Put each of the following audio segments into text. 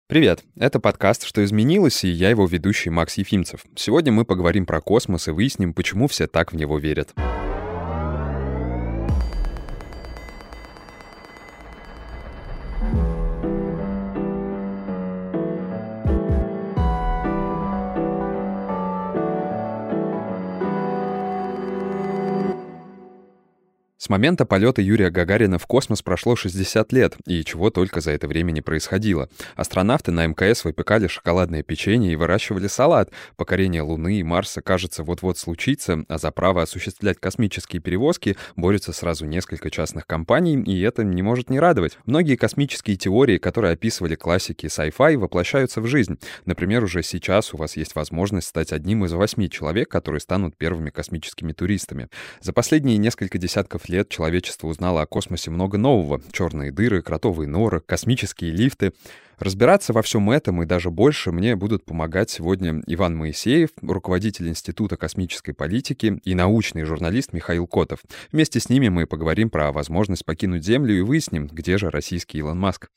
Привет, это подкаст «Что изменилось?» и я его ведущий Макс Ефимцев. Сегодня мы поговорим про космос и выясним, почему все так в него верят. С момента полета Юрия Гагарина в космос прошло 60 лет, и чего только за это время не происходило. Астронавты на МКС выпекали шоколадное печенье и выращивали салат. Покорение Луны и Марса, кажется, вот-вот случится, а за право осуществлять космические перевозки борются сразу несколько частных компаний, и это не может не радовать. Многие космические теории, которые описывали классики sci-fi, воплощаются в жизнь. Например, уже сейчас у вас есть возможность стать одним из 8 человек, которые станут первыми космическими туристами. За последние несколько десятков лет человечество узнало о космосе много нового. Черные дыры, кротовые норы, космические лифты. Разбираться во всем этом и даже больше мне будут помогать сегодня Иван Моисеев, руководитель Института космической политики, и научный журналист Михаил Котов. Вместе с ними мы поговорим про возможность покинуть Землю и выясним, где же российский Илон Маск.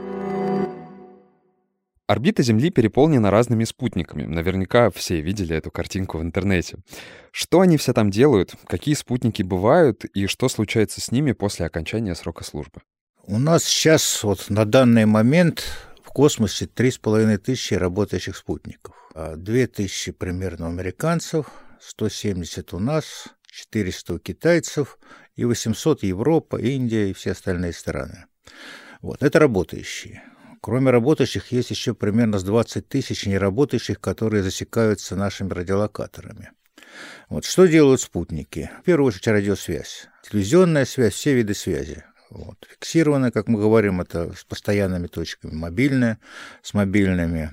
Орбита Земли переполнена разными спутниками. Наверняка все видели эту картинку в интернете. Что они все там делают, какие спутники бывают и что случается с ними после окончания срока службы? У нас сейчас вот на данный момент в космосе 3500 работающих спутников. 2000 примерно у американцев, 170 у нас, 400 у китайцев и 800 Европа, Индия и все остальные страны. Вот, это работающие. Кроме работающих, есть еще примерно с 20 тысяч неработающих, которые засекаются нашими радиолокаторами. Вот. Что делают спутники? В первую очередь радиосвязь. Телевизионная связь, все виды связи. Вот. Фиксированная, как мы говорим, это с постоянными точками. Мобильная, с мобильными.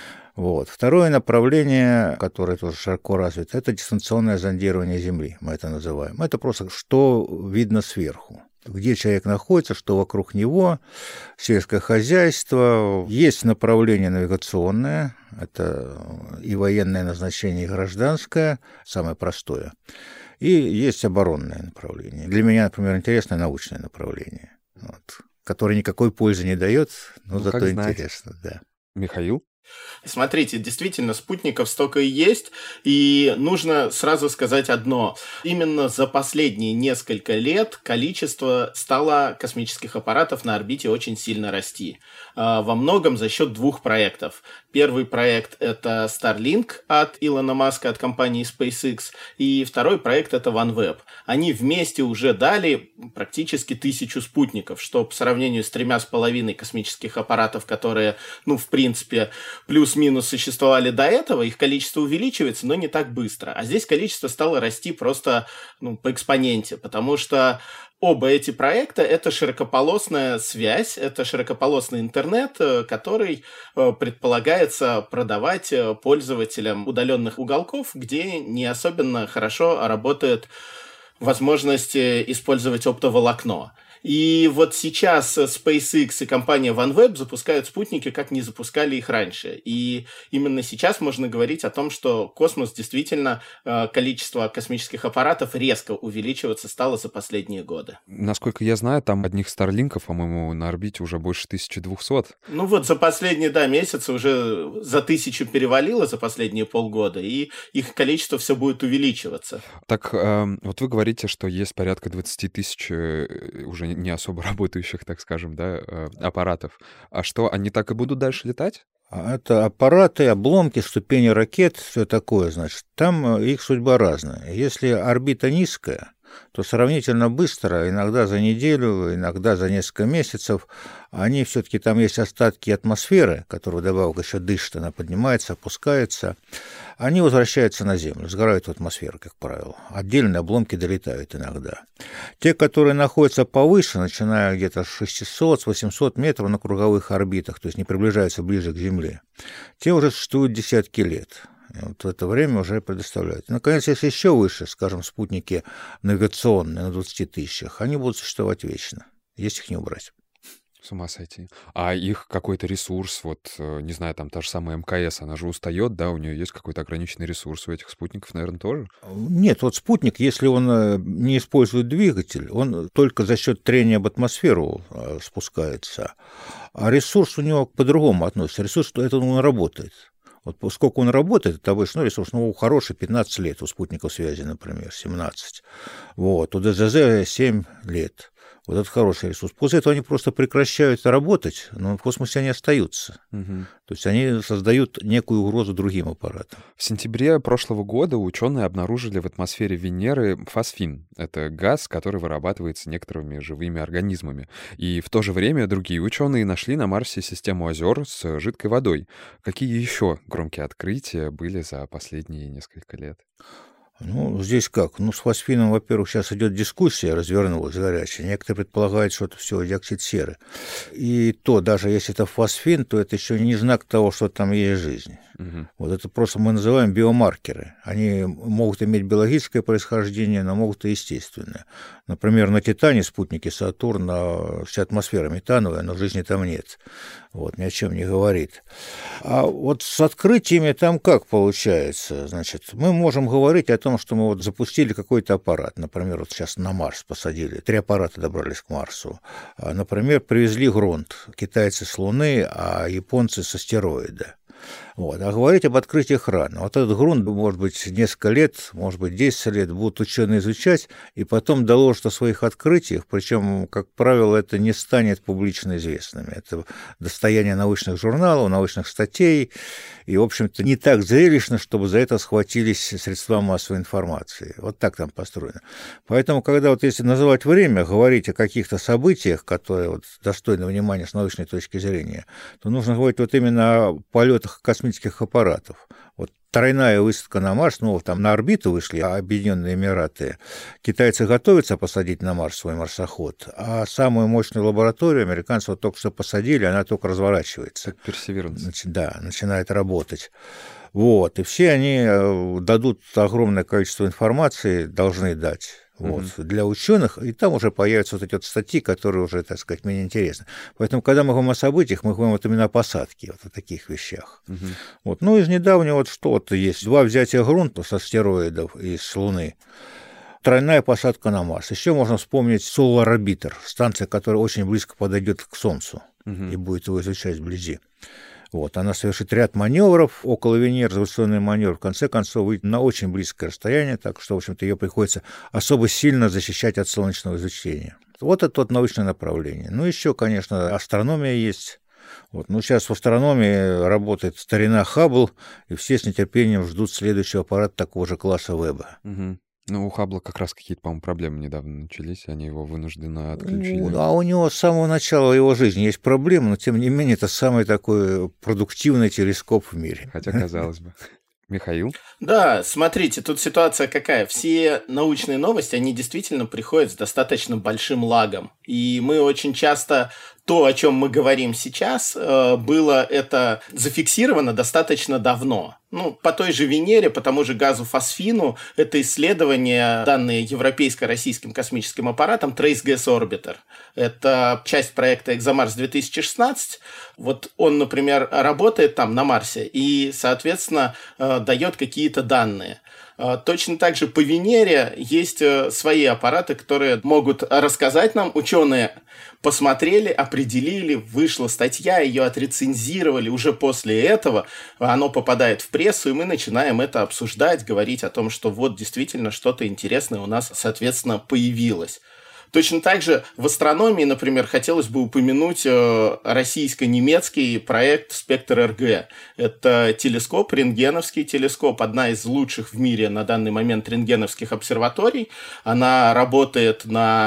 Вот. Второе направление, которое тоже широко развито, это дистанционное зондирование Земли, мы это называем. Это просто что видно сверху. Где человек находится, что вокруг него, сельское хозяйство. Есть направление навигационное, это и военное назначение, и гражданское, самое простое. И есть оборонное направление. Для меня, например, интересное научное направление, вот, которое никакой пользы не дает, но зато интересно. Да. Михаил? Смотрите, действительно, спутников столько и есть, и нужно сразу сказать одно. Именно за последние несколько лет количество стало космических аппаратов на орбите очень сильно расти. Во многом за счет двух проектов. Первый проект — это Starlink от Илона Маска, от компании SpaceX, и второй проект — это OneWeb. Они вместе уже дали практически 1000 спутников, что по сравнению с 3,5 космических аппаратов, которые, в принципе, плюс-минус существовали до этого, их количество увеличивается, но не так быстро. А здесь количество стало расти просто по экспоненте, потому что оба эти проекта — это широкополосная связь, это широкополосный интернет, который предполагается продавать пользователям удаленных уголков, где не особенно хорошо работает возможность использовать оптоволокно. И вот сейчас SpaceX и компания OneWeb запускают спутники, как не запускали их раньше. И именно сейчас можно говорить о том, что космос действительно, количество космических аппаратов резко увеличиваться стало за последние годы. Насколько я знаю, там одних Старлинков, по-моему, на орбите уже больше 1200. За последние, месяцы уже за 1000 перевалило за последние полгода, и их количество все будет увеличиваться. Так вот вы говорите, что есть порядка 20 тысяч уже не особо работающих, так скажем, аппаратов. А что, они так и будут дальше летать? Это аппараты, обломки, ступени ракет, все такое, значит. Там их судьба разная. Если орбита низкая, то сравнительно быстро, иногда за неделю, иногда за несколько месяцев, они все-таки, там есть остатки атмосферы, которая вдобавок еще дышит, она поднимается, опускается, они возвращаются на Землю, сгорают в атмосферу, как правило. Отдельные обломки долетают иногда. Те, которые находятся повыше, начиная где-то с 600-800 метров на круговых орбитах, то есть не приближаются ближе к Земле, те уже существуют десятки лет. И вот в это время уже предоставляют. И, наконец, если еще выше, скажем, спутники навигационные на 20 тысячах, они будут существовать вечно, если их не убрать. С ума сойти. А их какой-то ресурс, вот, не знаю, там та же самая МКС, она же устает, да, у нее есть какой-то ограниченный ресурс у этих спутников, наверное, тоже? Нет, вот спутник, если он не использует двигатель, он только за счет трения об атмосферу спускается. А ресурс у него по-другому относится. Ресурс, что это он работает. Вот сколько он работает, это обычно ресурс, хороший, 15 лет у спутников связи, например, 17. Вот, у ДЗЗ 7 лет. Вот это хороший ресурс. После этого они просто прекращают работать, но в космосе они остаются. Угу. То есть они создают некую угрозу другим аппаратам. В сентябре прошлого года ученые обнаружили в атмосфере Венеры фосфин. Это газ, который вырабатывается некоторыми живыми организмами. И в то же время другие ученые нашли на Марсе систему озер с жидкой водой. Какие еще громкие открытия были за последние несколько лет? Здесь как? С фосфином, во-первых, сейчас идет дискуссия, развернулась горячая. Некоторые предполагают, что это все диоксид серы. И то, даже если это фосфин, то это еще не знак того, что там есть жизнь. Угу. Вот это просто мы называем биомаркеры. Они могут иметь биологическое происхождение, но могут и естественное. Например, на Титане, спутнике Сатурна, вся атмосфера метановая, но жизни там нет. Вот, ни о чем не говорит. А вот с открытиями там как получается? Значит, мы можем говорить о том, что мы вот запустили какой-то аппарат. Например, вот сейчас на Марс посадили. 3 аппарата добрались к Марсу. Например, привезли грунт. Китайцы с Луны, а японцы с астероида. Вот. А говорить об открытиях рано. Вот этот грунт, может быть, несколько лет, может быть, 10 лет будут ученые изучать, и потом доложат о своих открытиях, причем, как правило, это не станет публично известным. Это достояние научных журналов, научных статей, и, в общем-то, не так зрелищно, чтобы за это схватились средства массовой информации. Вот так там построено. Поэтому, когда вот если называть время, говорить о каких-то событиях, которые вот достойны внимания с научной точки зрения, то нужно говорить вот именно о полетах космических аппаратов. Вот тройная высадка на Марс, там на орбиту вышли Объединенные Эмираты. Китайцы готовятся посадить на Марс свой марсоход, а самую мощную лабораторию американцы вот только что посадили, она только разворачивается. Персеверанс. Да, начинает работать. Вот, и все они дадут огромное количество информации, должны дать. Вот, для ученых, и там уже появятся вот эти вот статьи, которые уже, так сказать, менее интересны. Поэтому, когда мы говорим о событиях, мы говорим вот именно о посадке, вот о таких вещах. Вот. Из недавнего вот что-то есть. 2 взятия грунта с астероидов и с Луны. Тройная посадка на Марс. Еще можно вспомнить Solar Orbiter, станция, которая очень близко подойдет к Солнцу и будет его изучать вблизи. Вот, она совершит ряд маневров около Венеры, завуалационный маневр, в конце концов выйдет на очень близкое расстояние, так что, в общем-то, ее приходится особо сильно защищать от солнечного излучения. Вот это вот научное направление. Еще, конечно, астрономия есть. Вот. Сейчас в астрономии работает старина Хаббл, и все с нетерпением ждут следующего аппарата такого же класса Веба. У Хаббла как раз какие-то, по-моему, проблемы недавно начались, они его вынуждены отключили. А у него с самого начала его жизни есть проблемы, но, тем не менее, это самый такой продуктивный телескоп в мире. Хотя, казалось бы. Михаил? Да, смотрите, тут ситуация какая. Все научные новости, они действительно приходят с достаточно большим лагом. И мы очень часто... То, о чем мы говорим сейчас, было это зафиксировано достаточно давно. По той же Венере, по тому же газу фосфину, это исследования, данные европейско-российским космическим аппаратом Trace Gas Orbiter. Это часть проекта ExoMars 2016. Вот он, например, работает там на Марсе и, соответственно, дает какие-то данные. Точно так же по Венере есть свои аппараты, которые могут рассказать нам. Ученые посмотрели, определили, вышла статья, ее отрецензировали. Уже после этого оно попадает в прессу, и мы начинаем это обсуждать, говорить о том, что вот действительно что-то интересное у нас, соответственно, появилось. Точно так же в астрономии, например, хотелось бы упомянуть российско-немецкий проект «Спектр-РГ». Это телескоп, рентгеновский телескоп, одна из лучших в мире на данный момент рентгеновских обсерваторий. Она работает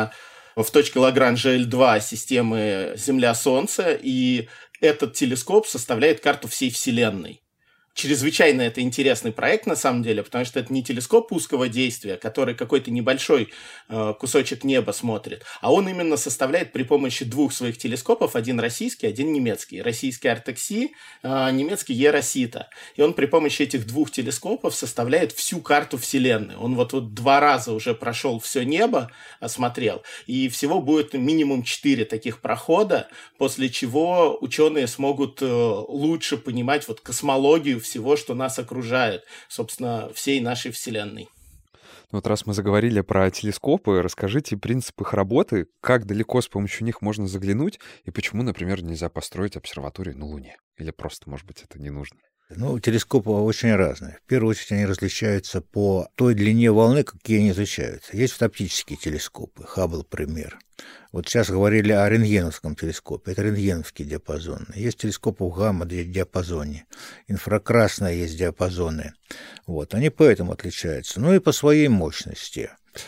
в точке Лагранжа L2 системы Земля-Солнце, и этот телескоп составляет карту всей Вселенной. чрезвычайно это интересный проект, на самом деле, потому что это не телескоп узкого действия, который какой-то небольшой кусочек неба смотрит, а он именно составляет при помощи двух своих телескопов, один российский, один немецкий. Российский Артекси, немецкий Еросита. И он при помощи этих двух телескопов составляет всю карту Вселенной. Он вот 2 раза уже прошел все небо, осмотрел, и всего будет минимум 4 таких прохода, после чего ученые смогут лучше понимать космологию всего, что нас окружает, собственно, всей нашей Вселенной. Вот раз мы заговорили про телескопы, расскажите принцип их работы, как далеко с помощью них можно заглянуть, и почему, например, нельзя построить обсерваторию на Луне? Или просто, может быть, это не нужно? Телескопы очень разные. В первую очередь они различаются по той длине волны, какие они изучаются. Есть оптические телескопы, Хаббл пример. Вот сейчас говорили о рентгеновском телескопе, это рентгеновский диапазон. Есть телескопы в гамма-диапазоне, инфракрасные есть диапазоны. Они поэтому отличаются. И по своей мощности.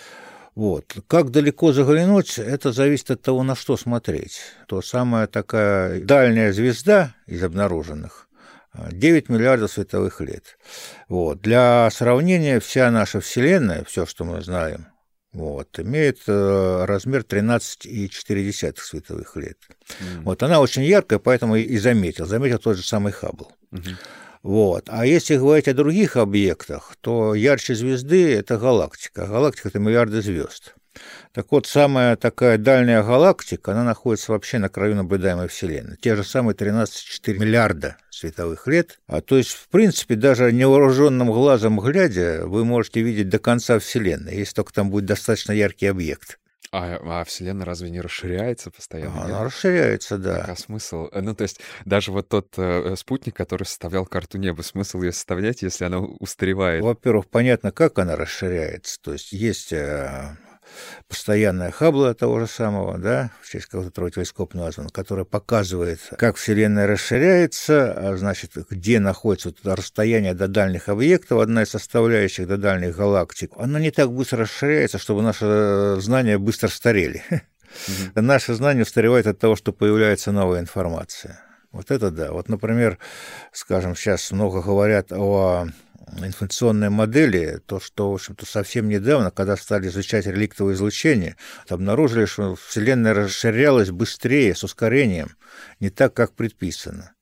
Как далеко заглянуть, это зависит от того, на что смотреть. То самая такая дальняя звезда из обнаруженных, 9 миллиардов световых лет. Для сравнения, вся наша Вселенная, все, что мы знаем, имеет размер 13,4 световых лет. Она очень яркая, поэтому и заметил тот же самый Хаббл. А если говорить о других объектах, то ярче звезды — это галактика. Галактика — это миллиарды звезд. Так вот, самая такая дальняя галактика, она находится вообще на краю наблюдаемой Вселенной. Те же самые 13,4 миллиарда световых лет. То есть, в принципе, даже невооруженным глазом глядя, вы можете видеть до конца Вселенной, если только там будет достаточно яркий объект. А Вселенная разве не расширяется постоянно? Она расширяется, да. А смысл? То есть даже тот спутник, который составлял карту неба, смысл ее составлять, если она устаревает? Во-первых, понятно, как она расширяется. То есть есть постоянная Хаббла того же самого, да, в честь которого телескоп назван, который показывает, как Вселенная расширяется, где находится расстояние до дальних объектов, одна из составляющих до дальних галактик. Она не так быстро расширяется, чтобы наши знания быстро старели. Наши знания устаревают от того, что появляется новая информация. Это да. Например, скажем, сейчас много говорят о информационной модели, то, что, в общем-то, совсем недавно, когда стали изучать реликтовое излучение, обнаружили, что Вселенная расширялась быстрее, с ускорением, не так, как предписано.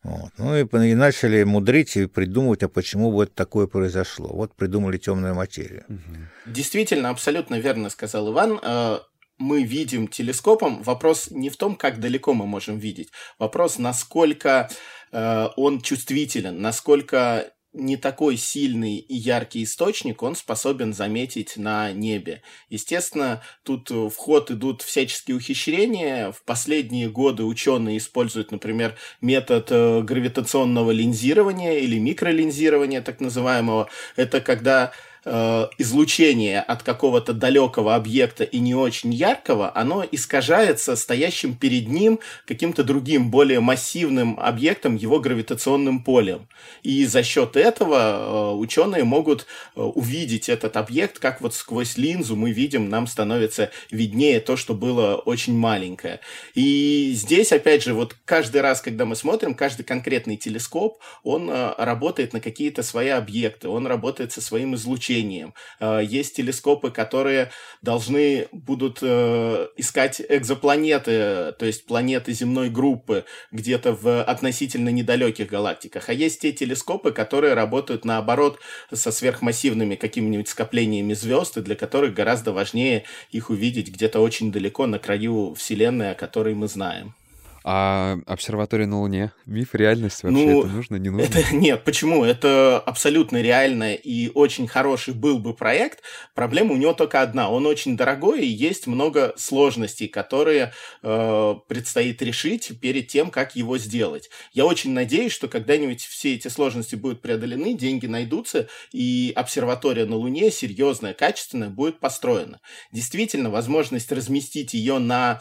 И начали мудрить и придумывать, а почему бы такое произошло. Придумали темную материю. Действительно, абсолютно верно сказал Иван. Мы видим телескопом. Вопрос не в том, как далеко мы можем видеть. Вопрос, насколько он чувствителен, насколько не такой сильный и яркий источник он способен заметить на небе. Естественно, тут в ход идут всяческие ухищрения. В последние годы ученые используют, например, метод гравитационного линзирования или микролинзирования, так называемого. Это когда излучение от какого-то далекого объекта и не очень яркого, оно искажается стоящим перед ним каким-то другим, более массивным объектом, его гравитационным полем. И за счет этого ученые могут увидеть этот объект, как сквозь линзу мы видим, нам становится виднее то, что было очень маленькое. И здесь, опять же, каждый раз, когда мы смотрим, каждый конкретный телескоп, он работает на какие-то свои объекты, он работает со своим излучением. Есть телескопы, которые должны будут искать экзопланеты, то есть планеты земной группы, где-то в относительно недалеких галактиках. А есть те телескопы, которые работают, наоборот, со сверхмассивными какими-нибудь скоплениями звезд, и для которых гораздо важнее их увидеть где-то очень далеко на краю Вселенной, о которой мы знаем. А обсерватория на Луне? Миф, реальность вообще? Это нужно, не нужно? Нет, почему? Это абсолютно реально и очень хороший был бы проект. Проблема у него только одна. Он очень дорогой, и есть много сложностей, которые предстоит решить перед тем, как его сделать. Я очень надеюсь, что когда-нибудь все эти сложности будут преодолены, деньги найдутся, и обсерватория на Луне серьезная, качественная будет построена. Действительно, возможность разместить ее на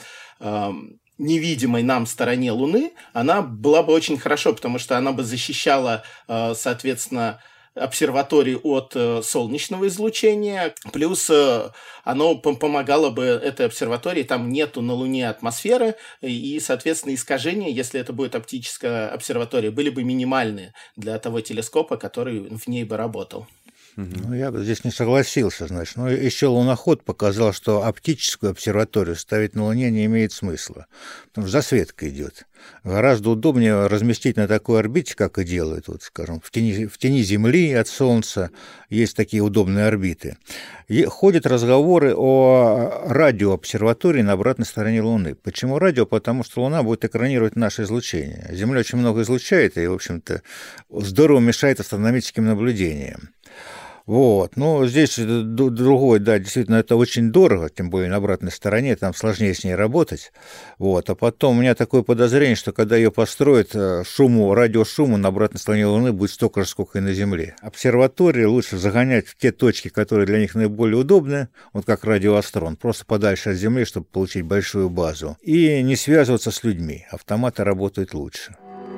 невидимой нам стороне Луны, она была бы очень хорошо, потому что она бы защищала, соответственно, обсерваторий от солнечного излучения, плюс оно помогало бы этой обсерватории, там нету на Луне атмосферы, и, соответственно, искажения, если это будет оптическая обсерватория, были бы минимальные для того телескопа, который в ней бы работал. Ну, я бы здесь не согласился, значит. Но еще луноход показал, что оптическую обсерваторию ставить на Луне не имеет смысла, потому что засветка идет. Гораздо удобнее разместить на такой орбите, как и делают, вот, скажем, в тени Земли от Солнца есть такие удобные орбиты. И ходят разговоры о радиообсерватории на обратной стороне Луны. Почему радио? Потому что Луна будет экранировать наше излучение. Земля очень много излучает и, в общем-то, здорово мешает астрономическим наблюдениям. Вот. Ну, здесь другой, да, действительно, это очень дорого, тем более на обратной стороне, там сложнее с ней работать. Вот. А потом у меня такое подозрение, что когда ее построят, радиошуму на обратной стороне Луны будет столько же, сколько и на Земле. Обсерватории лучше загонять в те точки, которые для них наиболее удобны, вот как радиоастрон, просто подальше от Земли, чтобы получить большую базу. И не связываться с людьми. Автоматы работают лучше.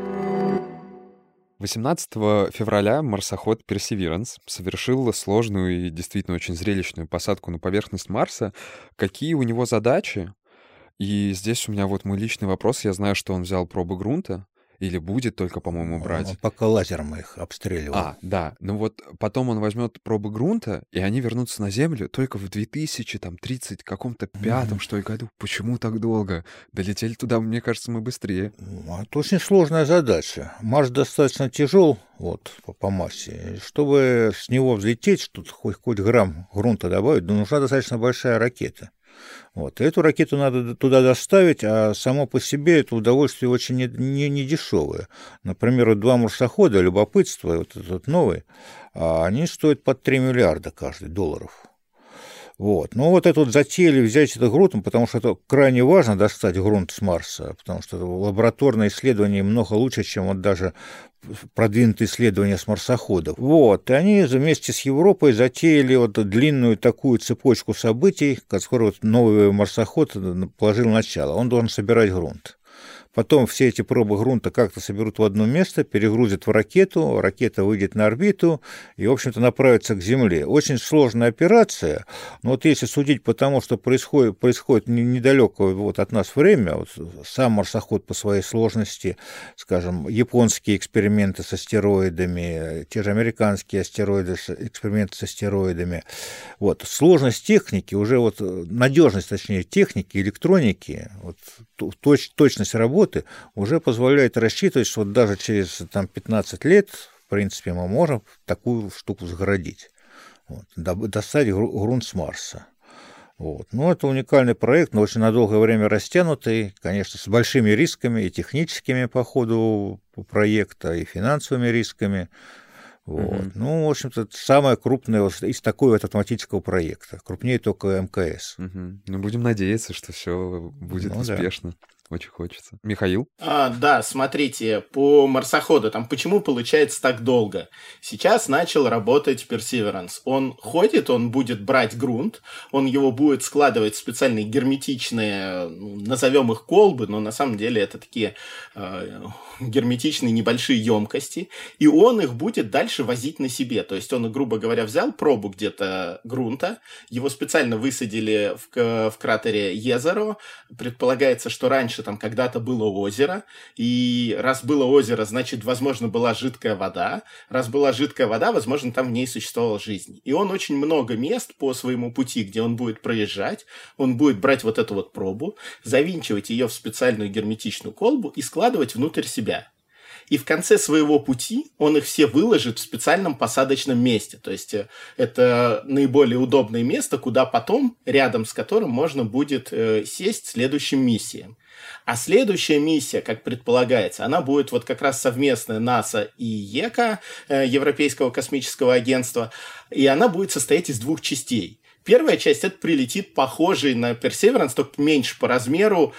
18 февраля марсоход Perseverance совершил сложную и действительно очень зрелищную посадку на поверхность Марса. Какие у него задачи? И здесь у меня вот мой личный вопрос. Я знаю, что он взял пробы грунта. Или будет только, по-моему, брать? Пока лазером их обстреливал. Да. Ну вот потом он возьмет пробы грунта, и они вернутся на Землю только в 2030 каком-то пятом, что ли, году. Почему так долго? Долетели туда, мне кажется, мы быстрее. Это очень сложная задача. Марс достаточно тяжел, вот, по массе. Чтобы с него взлететь, что-то хоть грамм грунта добавить, нужна достаточно большая ракета. Вот. Эту ракету надо туда доставить, а само по себе это удовольствие очень не дешевое. Например, вот 2 марсохода «Любопытство», вот этот новый, они стоят под 3 миллиарда каждый долларов. Вот. Ну, вот это вот затеяли взять это грунтом, потому что это крайне важно достать грунт с Марса, потому что лабораторные исследования много лучше, чем вот даже продвинутые исследования с марсоходов. Вот. И они вместе с Европой затеяли вот длинную такую цепочку событий, которой вот новый марсоход положил начало. Он должен собирать грунт. Потом все эти пробы грунта как-то соберут в одно место, перегрузят в ракету, ракета выйдет на орбиту и, в общем-то, направится к Земле. Очень сложная операция, но вот если судить по тому, что происходит недалеко вот от нас время, вот сам марсоход по своей сложности, скажем, японские эксперименты с астероидами, те же американские эксперименты с астероидами, вот, сложность техники, уже вот надежность, точнее, техники, электроники, вот, точность работы уже позволяет рассчитывать, что даже через 15 лет, в принципе, мы можем такую штуку загородить. Вот, достать грунт с Марса. Вот. Ну, это уникальный проект, но очень на долгое время растянутый, конечно, с большими рисками и техническими по ходу проекта, и финансовыми рисками. Вот. Ну, в общем-то, самое крупное из такого автоматического проекта. Крупнее только МКС. Ну, будем надеяться, что все будет успешно. Да. Очень хочется. Михаил? Да, смотрите, по марсоходу, там почему получается так долго? Сейчас начал работать Perseverance. Он ходит, он будет брать грунт, он его будет складывать в специальные герметичные, назовем их колбы, но на самом деле это такие герметичные небольшие емкости, и он их будет дальше возить на себе. То есть он, грубо говоря, взял пробу где-то грунта, его специально высадили в кратере Езеро. Предполагается, что раньше там когда-то было озеро, и раз было озеро, значит, возможно, была жидкая вода. Раз была жидкая вода, возможно, там в ней существовала жизнь. И он очень много мест по своему пути, где он будет проезжать, он будет брать вот эту вот пробу, завинчивать ее в специальную герметичную колбу и складывать внутрь себя. И в конце своего пути он их все выложит в специальном посадочном месте. То есть это наиболее удобное место, куда потом, рядом с которым можно будет сесть следующим миссиям. А следующая миссия, как предполагается, она будет вот как раз совместная НАСА и ЕКА, Европейского космического агентства, и она будет состоять из 2 частей. Первая часть — это прилетит похожий на Perseverance, только меньше по размеру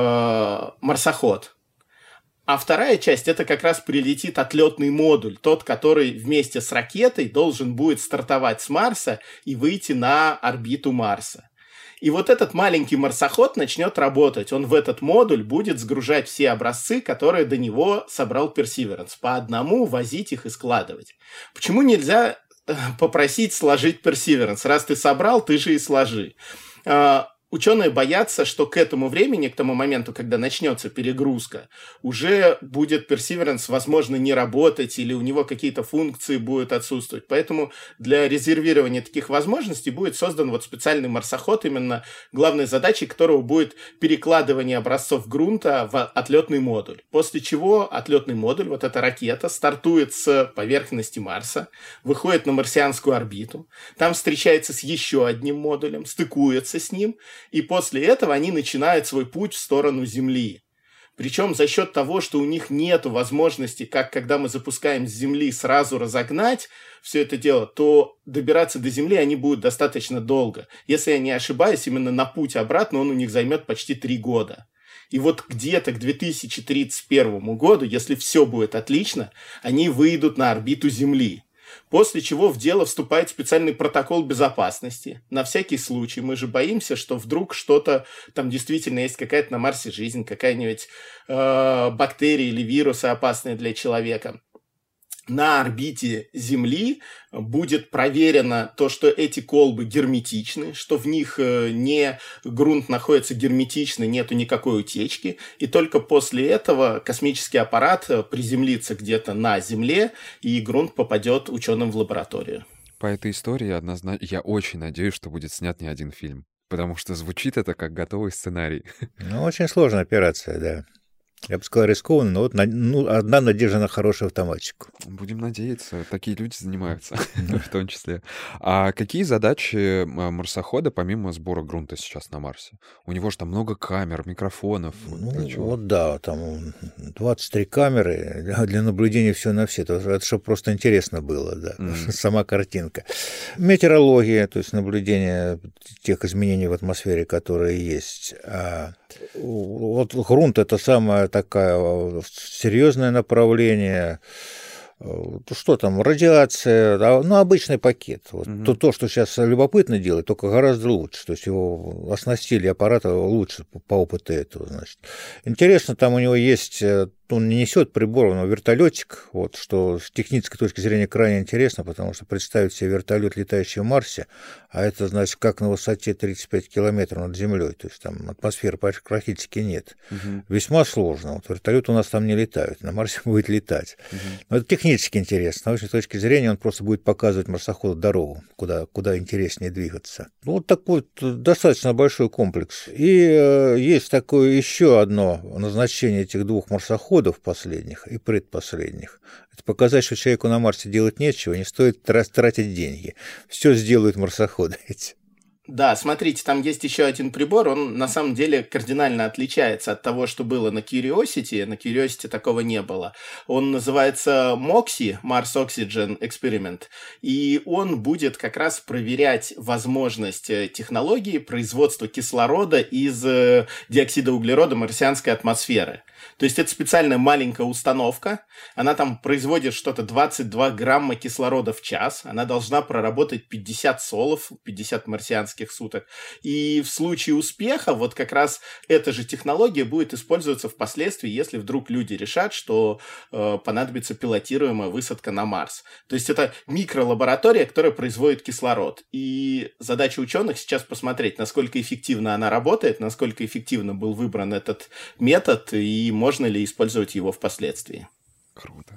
марсоход. А вторая часть — это как раз прилетит отлетный модуль, тот, который вместе с ракетой должен будет стартовать с Марса и выйти на орбиту Марса. И вот этот маленький марсоход начнет работать. Он в этот модуль будет сгружать все образцы, которые до него собрал Персиверанс. По одному возить их и складывать. Почему нельзя попросить сложить Персиверанс? Раз ты собрал, ты же и сложи. Ученые боятся, что к этому времени, к тому моменту, когда начнется перегрузка, уже будет Perseverance, возможно, не работать, или у него какие-то функции будут отсутствовать. Поэтому для резервирования таких возможностей будет создан вот специальный марсоход, именно главной задачей которого будет перекладывание образцов грунта в отлетный модуль. После чего отлетный модуль, вот эта ракета, стартует с поверхности Марса, выходит на марсианскую орбиту, там встречается с еще одним модулем, стыкуется с ним, и после этого они начинают свой путь в сторону Земли. Причем за счет того, что у них нет возможности, как когда мы запускаем с Земли, сразу разогнать все это дело, то добираться до Земли они будут достаточно долго. Если я не ошибаюсь, именно на путь обратно он у них займет почти 3 года. И вот где-то к 2031 году, если все будет отлично, они выйдут на орбиту Земли. После чего в дело вступает специальный протокол безопасности. На всякий случай. Мы же боимся, что вдруг что-то, там действительно есть какая-то на Марсе жизнь, какая-нибудь бактерия или вирусы опасные для человека. На орбите Земли будет проверено то, что эти колбы герметичны, что в них грунт находится герметично, нету никакой утечки. И только после этого космический аппарат приземлится где-то на Земле, и грунт попадет ученым в лабораторию. По этой истории однозначно я очень надеюсь, что будет снят не один фильм, потому что звучит это как готовый сценарий. Ну, очень сложная операция, да. Я бы сказал, рискованно, но вот одна надежда на хорошую автоматику. Будем надеяться. Такие люди занимаются, в том числе. А какие задачи марсохода, помимо сбора грунта сейчас на Марсе? У него же там много камер, микрофонов. Вот да, там 23 камеры для наблюдения все на все. Это чтобы просто интересно было, да, сама картинка. Метеорология, то есть наблюдение тех изменений в атмосфере, которые есть. Вот грунт — это самое такое серьезное направление. Что там, радиация, ну, обычный пакет. Вот. То, что сейчас любопытно делать, только гораздо лучше. То есть его оснастили аппарата лучше по опыту этого, значит. Интересно, там у него есть, он не несет прибор, но вертолетик, вот, что с технической точки зрения крайне интересно, потому что представить себе вертолет, летающий в Марсе, а это, значит, как на высоте 35 километров над Землей, то есть там атмосферы практически нет. Весьма сложно. Вот вертолет у нас там не летают, на Марсе будет летать. Но это технически интересно. С научной точки зрения он просто будет показывать марсоходу дорогу, куда интереснее двигаться. Ну, вот такой достаточно большой комплекс. И есть такое еще одно назначение этих двух марсоходов, последних и предпоследних. Это показать, что человеку на Марсе делать нечего, не стоит тратить деньги. Все сделают марсоходы эти. Да, смотрите, там есть еще один прибор, он на самом деле кардинально отличается от того, что было на Curiosity. На Curiosity такого не было. Он называется MOXIE, Mars Oxygen Experiment, и он будет как раз проверять возможность технологии производства кислорода из диоксида углерода марсианской атмосферы. То есть это специальная маленькая установка, она там производит что-то 22 грамма кислорода в час, она должна проработать 50 солов, 50 марсианских суток. И в случае успеха вот как раз эта же технология будет использоваться впоследствии, если вдруг люди решат, что понадобится пилотируемая высадка на Марс. То есть это микролаборатория, которая производит кислород. И задача ученых сейчас посмотреть, насколько эффективно она работает, насколько эффективно был выбран этот метод, и можно ли использовать его впоследствии. Круто.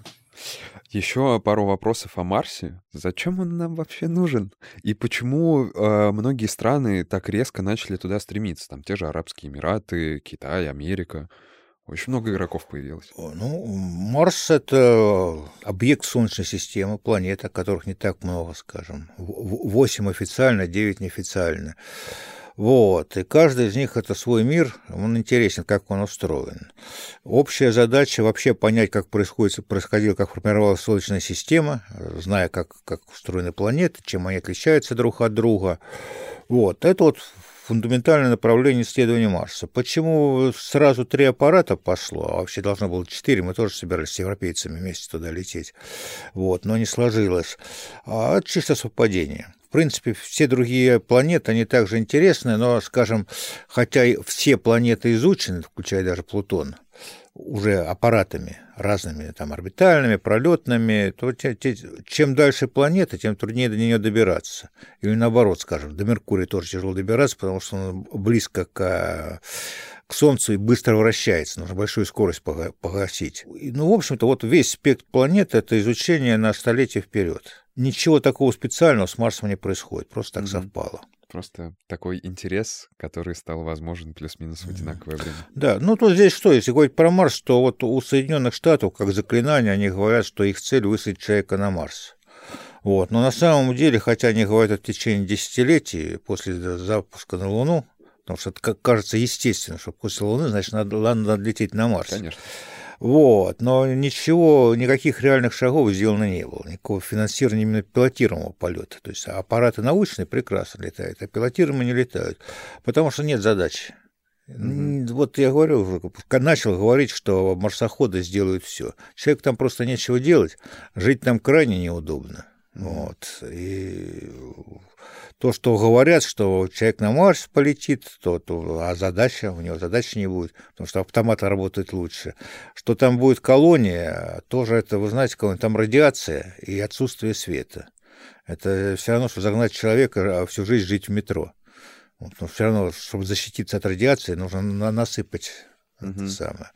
Еще пару вопросов о Марсе. Зачем он нам вообще нужен? И почему многие страны так резко начали туда стремиться? Там те же Арабские Эмираты, Китай, Америка. Очень много игроков появилось. Ну, Марс — это объект Солнечной системы, планета, которых не так много, скажем. 8 официально, 9 неофициально. Вот. И каждый из них — это свой мир, он интересен, как он устроен. Общая задача вообще понять, как происходила, как формировалась Солнечная система, зная, как устроены планеты, чем они отличаются друг от друга. Вот. Это вот фундаментальное направление исследования Марса. Почему сразу 3 аппарата пошло, а вообще должно было 4, мы тоже собирались с европейцами вместе туда лететь, вот, но не сложилось. А это чисто совпадение. В принципе, все другие планеты, они также интересны, но, скажем, хотя все планеты изучены, включая даже Плутон, уже аппаратами разными, там, орбитальными, пролетными, то чем дальше планета, тем труднее до нее добираться. Или наоборот, скажем, до Меркурия тоже тяжело добираться, потому что он близко к Солнцу и быстро вращается, нужно большую скорость погасить. Ну, в общем-то, вот весь спектр планет — это изучение на столетие вперед. Ничего такого специального с Марсом не происходит, просто так совпало. Просто такой интерес, который стал возможен плюс-минус в одинаковое время. Да, ну тут здесь что, если говорить про Марс, то вот у Соединенных Штатов, как заклинание, они говорят, что их цель — высадить человека на Марс. Вот. Но на самом деле, хотя они говорят это в течение десятилетий после запуска на Луну, потому что это, как кажется, естественно, что после Луны, значит, надо лететь на Марс. Конечно. Вот, но никаких реальных шагов сделано не было, никакого финансирования именно пилотируемого полета. То есть аппараты научные прекрасно летают, а пилотируемые не летают, потому что нет задачи. Вот я говорю, уже начал говорить, что марсоходы сделают все. Человеку там просто нечего делать, жить там крайне неудобно. Вот. И то, что говорят, что человек на Марс полетит, а у него задачи не будет, потому что автомат работает лучше. Что там будет колония, тоже это, вы знаете, там радиация и отсутствие света. Это все равно, что загнать человека всю жизнь жить в метро. Но все равно, чтобы защититься от радиации, нужно насыпать это самое.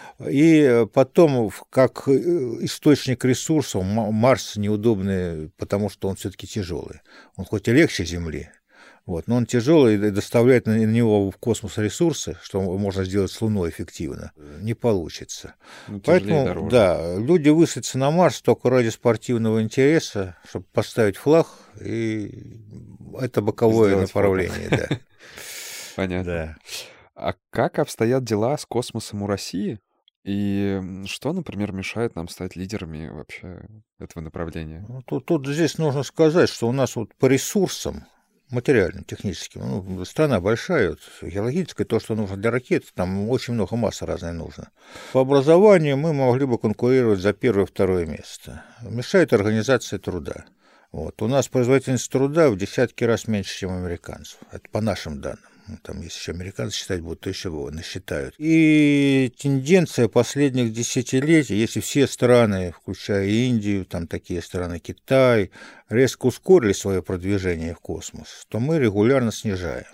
И потом, как источник ресурсов, Марс неудобный, потому что он все-таки тяжелый. Он хоть и легче Земли, вот, но он тяжелый и доставляет на него в космос ресурсы, что можно сделать с Луной эффективно, не получится. Поэтому, да, люди высадятся на Марс только ради спортивного интереса, чтобы поставить флаг, и это боковое сделать направление. Да. Понятно. Да. А как обстоят дела с космосом у России? И что, например, мешает нам стать лидерами вообще этого направления? Тут здесь нужно сказать, что у нас вот по ресурсам, материальным, техническим, страна большая, вот, геологическая, то, что нужно для ракет, там очень много массы разной нужно. По образованию мы могли бы конкурировать за первое и второе место. Мешает организация труда. Вот. У нас производительность труда в десятки раз меньше, чем у американцев. Это по нашим данным. Там, если еще американцы считать будут, то еще насчитают. И тенденция последних десятилетий, если все страны, включая Индию, там такие страны, Китай, резко ускорили свое продвижение в космос, то мы регулярно снижаем.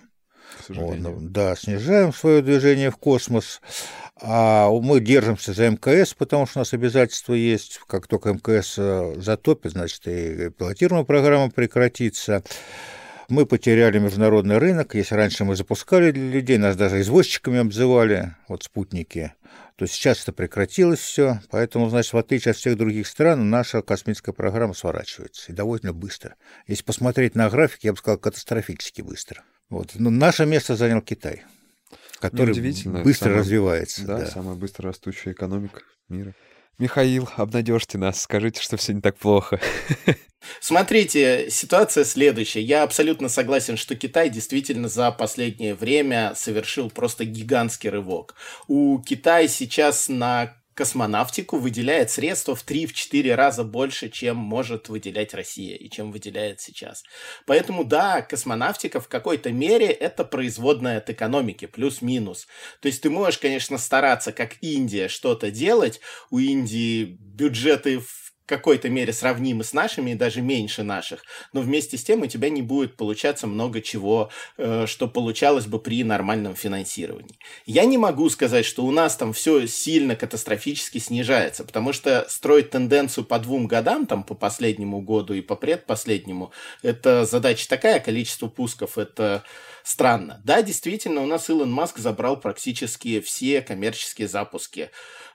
Да, снижаем свое движение в космос, а мы держимся за МКС, потому что у нас обязательства есть. Как только МКС затопит, значит, и пилотируемая программа прекратится. Мы потеряли международный рынок. Если раньше мы запускали для людей, нас даже извозчиками обзывали, вот спутники, то сейчас это прекратилось все. Поэтому, значит, в отличие от всех других стран, наша космическая программа сворачивается. И довольно быстро. Если посмотреть на график, я бы сказал, катастрофически быстро. Вот. Но наше место занял Китай, который быстро развивается. Да, самая быстро растущая экономика мира. Михаил, обнадежьте нас, скажите, что все не так плохо. Смотрите, ситуация следующая. Я абсолютно согласен, что Китай действительно за последнее время совершил просто гигантский рывок. У Китая сейчас на космонавтику выделяет средства в 3-4 раза больше, чем может выделять Россия и чем выделяет сейчас. Поэтому, да, космонавтика в какой-то мере это производная от экономики, плюс-минус. То есть ты можешь, конечно, стараться, как Индия, что-то делать. У Индии бюджеты в какой-то мере сравнимы с нашими и даже меньше наших, но вместе с тем у тебя не будет получаться много чего, что получалось бы при нормальном финансировании. Я не могу сказать, что у нас там все сильно катастрофически снижается, потому что строить тенденцию по 2 годам, там по последнему году и по предпоследнему, это задача такая, количество пусков, это странно. Да, действительно, у нас Илон Маск забрал практически все коммерческие запуски.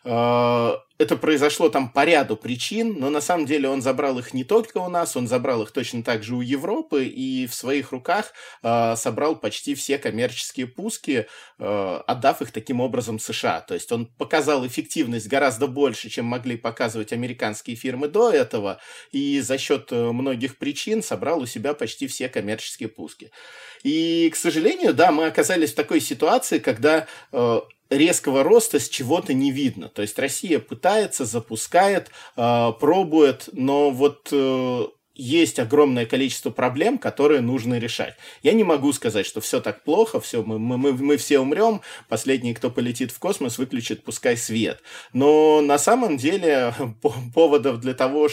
Это произошло там по ряду причин, но на самом деле он забрал их не только у нас, он забрал их точно так же у Европы и в своих руках собрал почти все коммерческие пуски, отдав их таким образом США. То есть он показал эффективность гораздо больше, чем могли показывать американские фирмы до этого, и за счет многих причин собрал у себя почти все коммерческие пуски. И, к сожалению, да, мы оказались в такой ситуации, когда резкого роста с чего-то не видно. То есть Россия пытается, запускает, пробует, но вот есть огромное количество проблем, которые нужно решать. Я не могу сказать, что все так плохо, все, мы все умрем, последний, кто полетит в космос, выключит пускай свет. Но на самом деле поводов для того,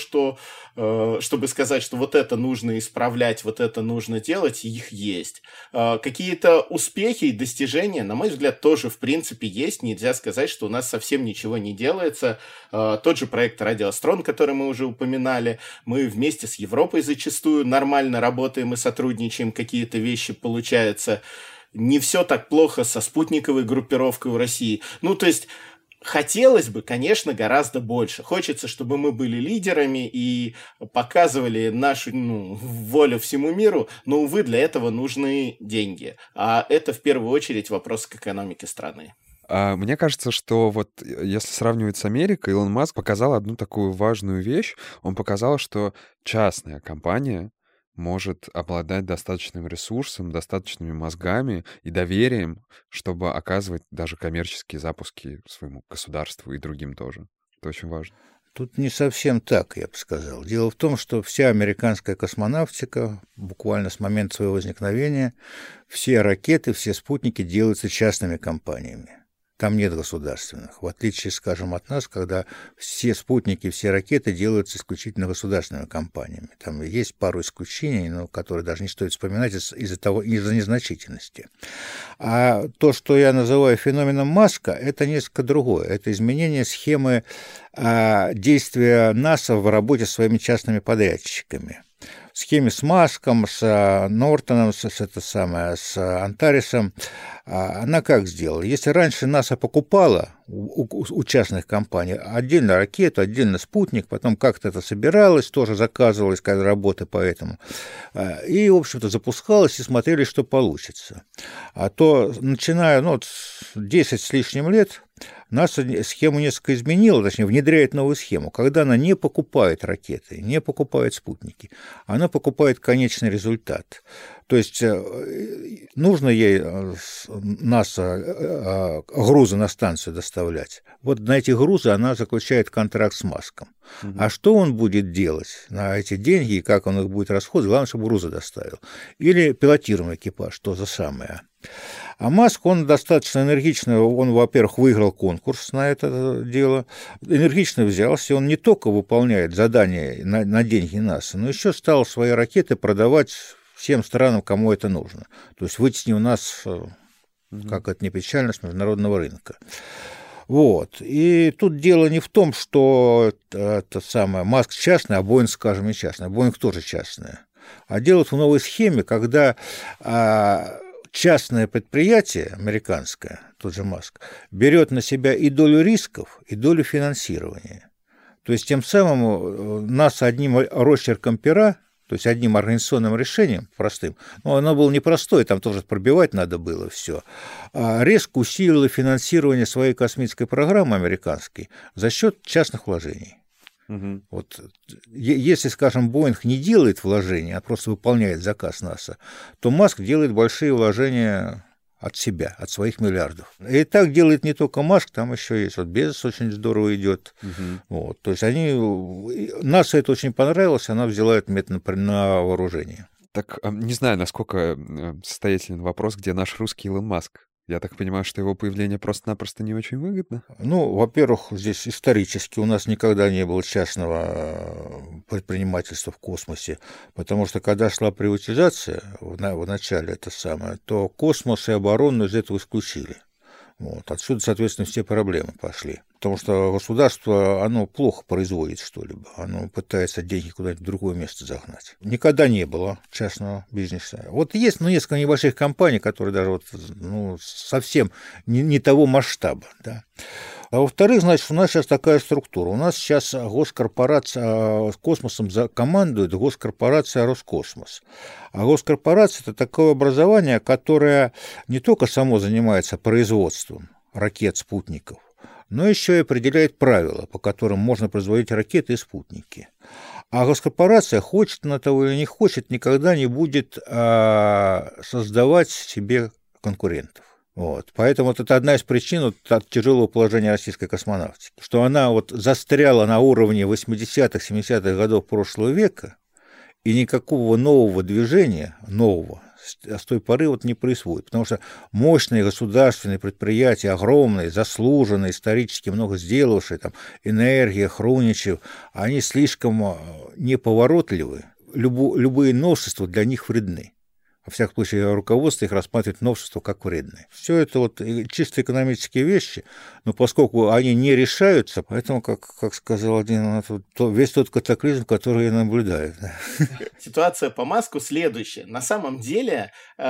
чтобы сказать, что вот это нужно исправлять, вот это нужно делать, их есть. Какие-то успехи и достижения, на мой взгляд, тоже в принципе есть. Нельзя сказать, что у нас совсем ничего не делается. Тот же проект «Радиоастрон», который мы уже упоминали, мы вместе с Европой зачастую нормально работаем и сотрудничаем, какие-то вещи получаются. Не все так плохо со спутниковой группировкой у России. Ну, то есть хотелось бы, конечно, гораздо больше. Хочется, чтобы мы были лидерами и показывали нашу волю всему миру, но, увы, для этого нужны деньги. А это в первую очередь вопрос к экономике страны. Мне кажется, что вот если сравнивать с Америкой, Илон Маск показал одну такую важную вещь. Он показал, что частная компания может обладать достаточным ресурсом, достаточными мозгами и доверием, чтобы оказывать даже коммерческие запуски своему государству и другим тоже. Это очень важно. Тут не совсем так, я бы сказал. Дело в том, что вся американская космонавтика, буквально с момента своего возникновения, все ракеты, все спутники делаются частными компаниями. Там нет государственных. В отличие, скажем, от нас, когда все спутники, все ракеты делаются исключительно государственными компаниями. Там есть пару исключений, но которые даже не стоит вспоминать из-за незначительности. А то, что я называю феноменом Маска, это несколько другое. Это изменение схемы действия НАСА в работе с своими частными подрядчиками. В схеме с Маском, с Нортоном, с Антаресом, она как сделала? Если раньше НАСА покупала у частных компаний отдельно ракету, отдельно спутник, потом как-то это собиралось, тоже заказывалось, когда работы по этому, и, в общем-то, запускалось, и смотрели, что получится. А то, начиная 10 с лишним лет, НАСА схему несколько изменила, точнее, внедряет новую схему, когда она не покупает ракеты, не покупает спутники, она покупает конечный результат. То есть нужно ей НАСА грузы на станцию доставлять. Вот на эти грузы она заключает контракт с Маском. А что он будет делать на эти деньги и как он их будет расходовать, главное, чтобы грузы доставил. Или пилотируемый экипаж, то же самое. А Маск, он достаточно энергично, он, во-первых, выиграл конкурс на это дело, энергично взялся, он не только выполняет задания на деньги НАСА, но еще стал свои ракеты продавать всем странам, кому это нужно. То есть вытеснил нас, как это ни печально, с международного рынка. Вот. И тут дело не в том, что это самое Маск частный, а Боинг, скажем, и частный. Боинг тоже частная. А дело в новой схеме, когда частное предприятие, американское, тот же Маск, берет на себя и долю рисков, и долю финансирования. То есть тем самым НАСА одним росчерком пера, то есть одним организационным решением, простым, но оно было непростое, там тоже пробивать надо было все, резко усилило финансирование своей космической программы американской за счет частных вложений. Вот, если, скажем, Боинг не делает вложения, а просто выполняет заказ НАСА, то Маск делает большие вложения от себя, от своих миллиардов. И так делает не только Маск, там еще есть. Вот Безос очень здорово идет. Вот, то есть НАСА это очень понравилось, она взяла этот метод на вооружение. Так, не знаю, насколько состоятельный вопрос, где наш русский Илон Маск. Я так понимаю, что его появление просто-напросто не очень выгодно? Во-первых, здесь исторически у нас никогда не было частного предпринимательства в космосе, потому что когда шла приватизация в начале то космос и оборону из этого исключили. Вот. Отсюда, соответственно, все проблемы пошли. потому что государство, оно плохо производит что-либо, оно пытается деньги куда-нибудь в другое место загнать. Никогда не было частного бизнеса. Вот есть несколько небольших компаний, которые даже совсем не того масштаба, да. А во-вторых, значит, у нас сейчас такая структура. У нас сейчас госкорпорация с космосом командует госкорпорация Роскосмос. А госкорпорация – это такое образование, которое не только само занимается производством ракет, спутников, но еще и определяет правила, по которым можно производить ракеты и спутники. А госкорпорация, хочет она того или не хочет, никогда не будет создавать себе конкурентов. Вот. Поэтому это одна из причин тяжелого положения российской космонавтики, что она застряла на уровне 80-х, 70-х годов прошлого века, и никакого нового движения, с той поры не происходит, потому что мощные государственные предприятия, огромные, заслуженные, исторически много сделавшие, Энергия, Хруничев, они слишком неповоротливы, любые новшества для них вредны. Во всяком случае, руководство их рассматривает новшества как вредные. Все это чисто экономические вещи, но поскольку они не решаются, поэтому, как сказал один, весь тот катаклизм, который я наблюдаю. Ситуация по Маску следующая. На самом деле,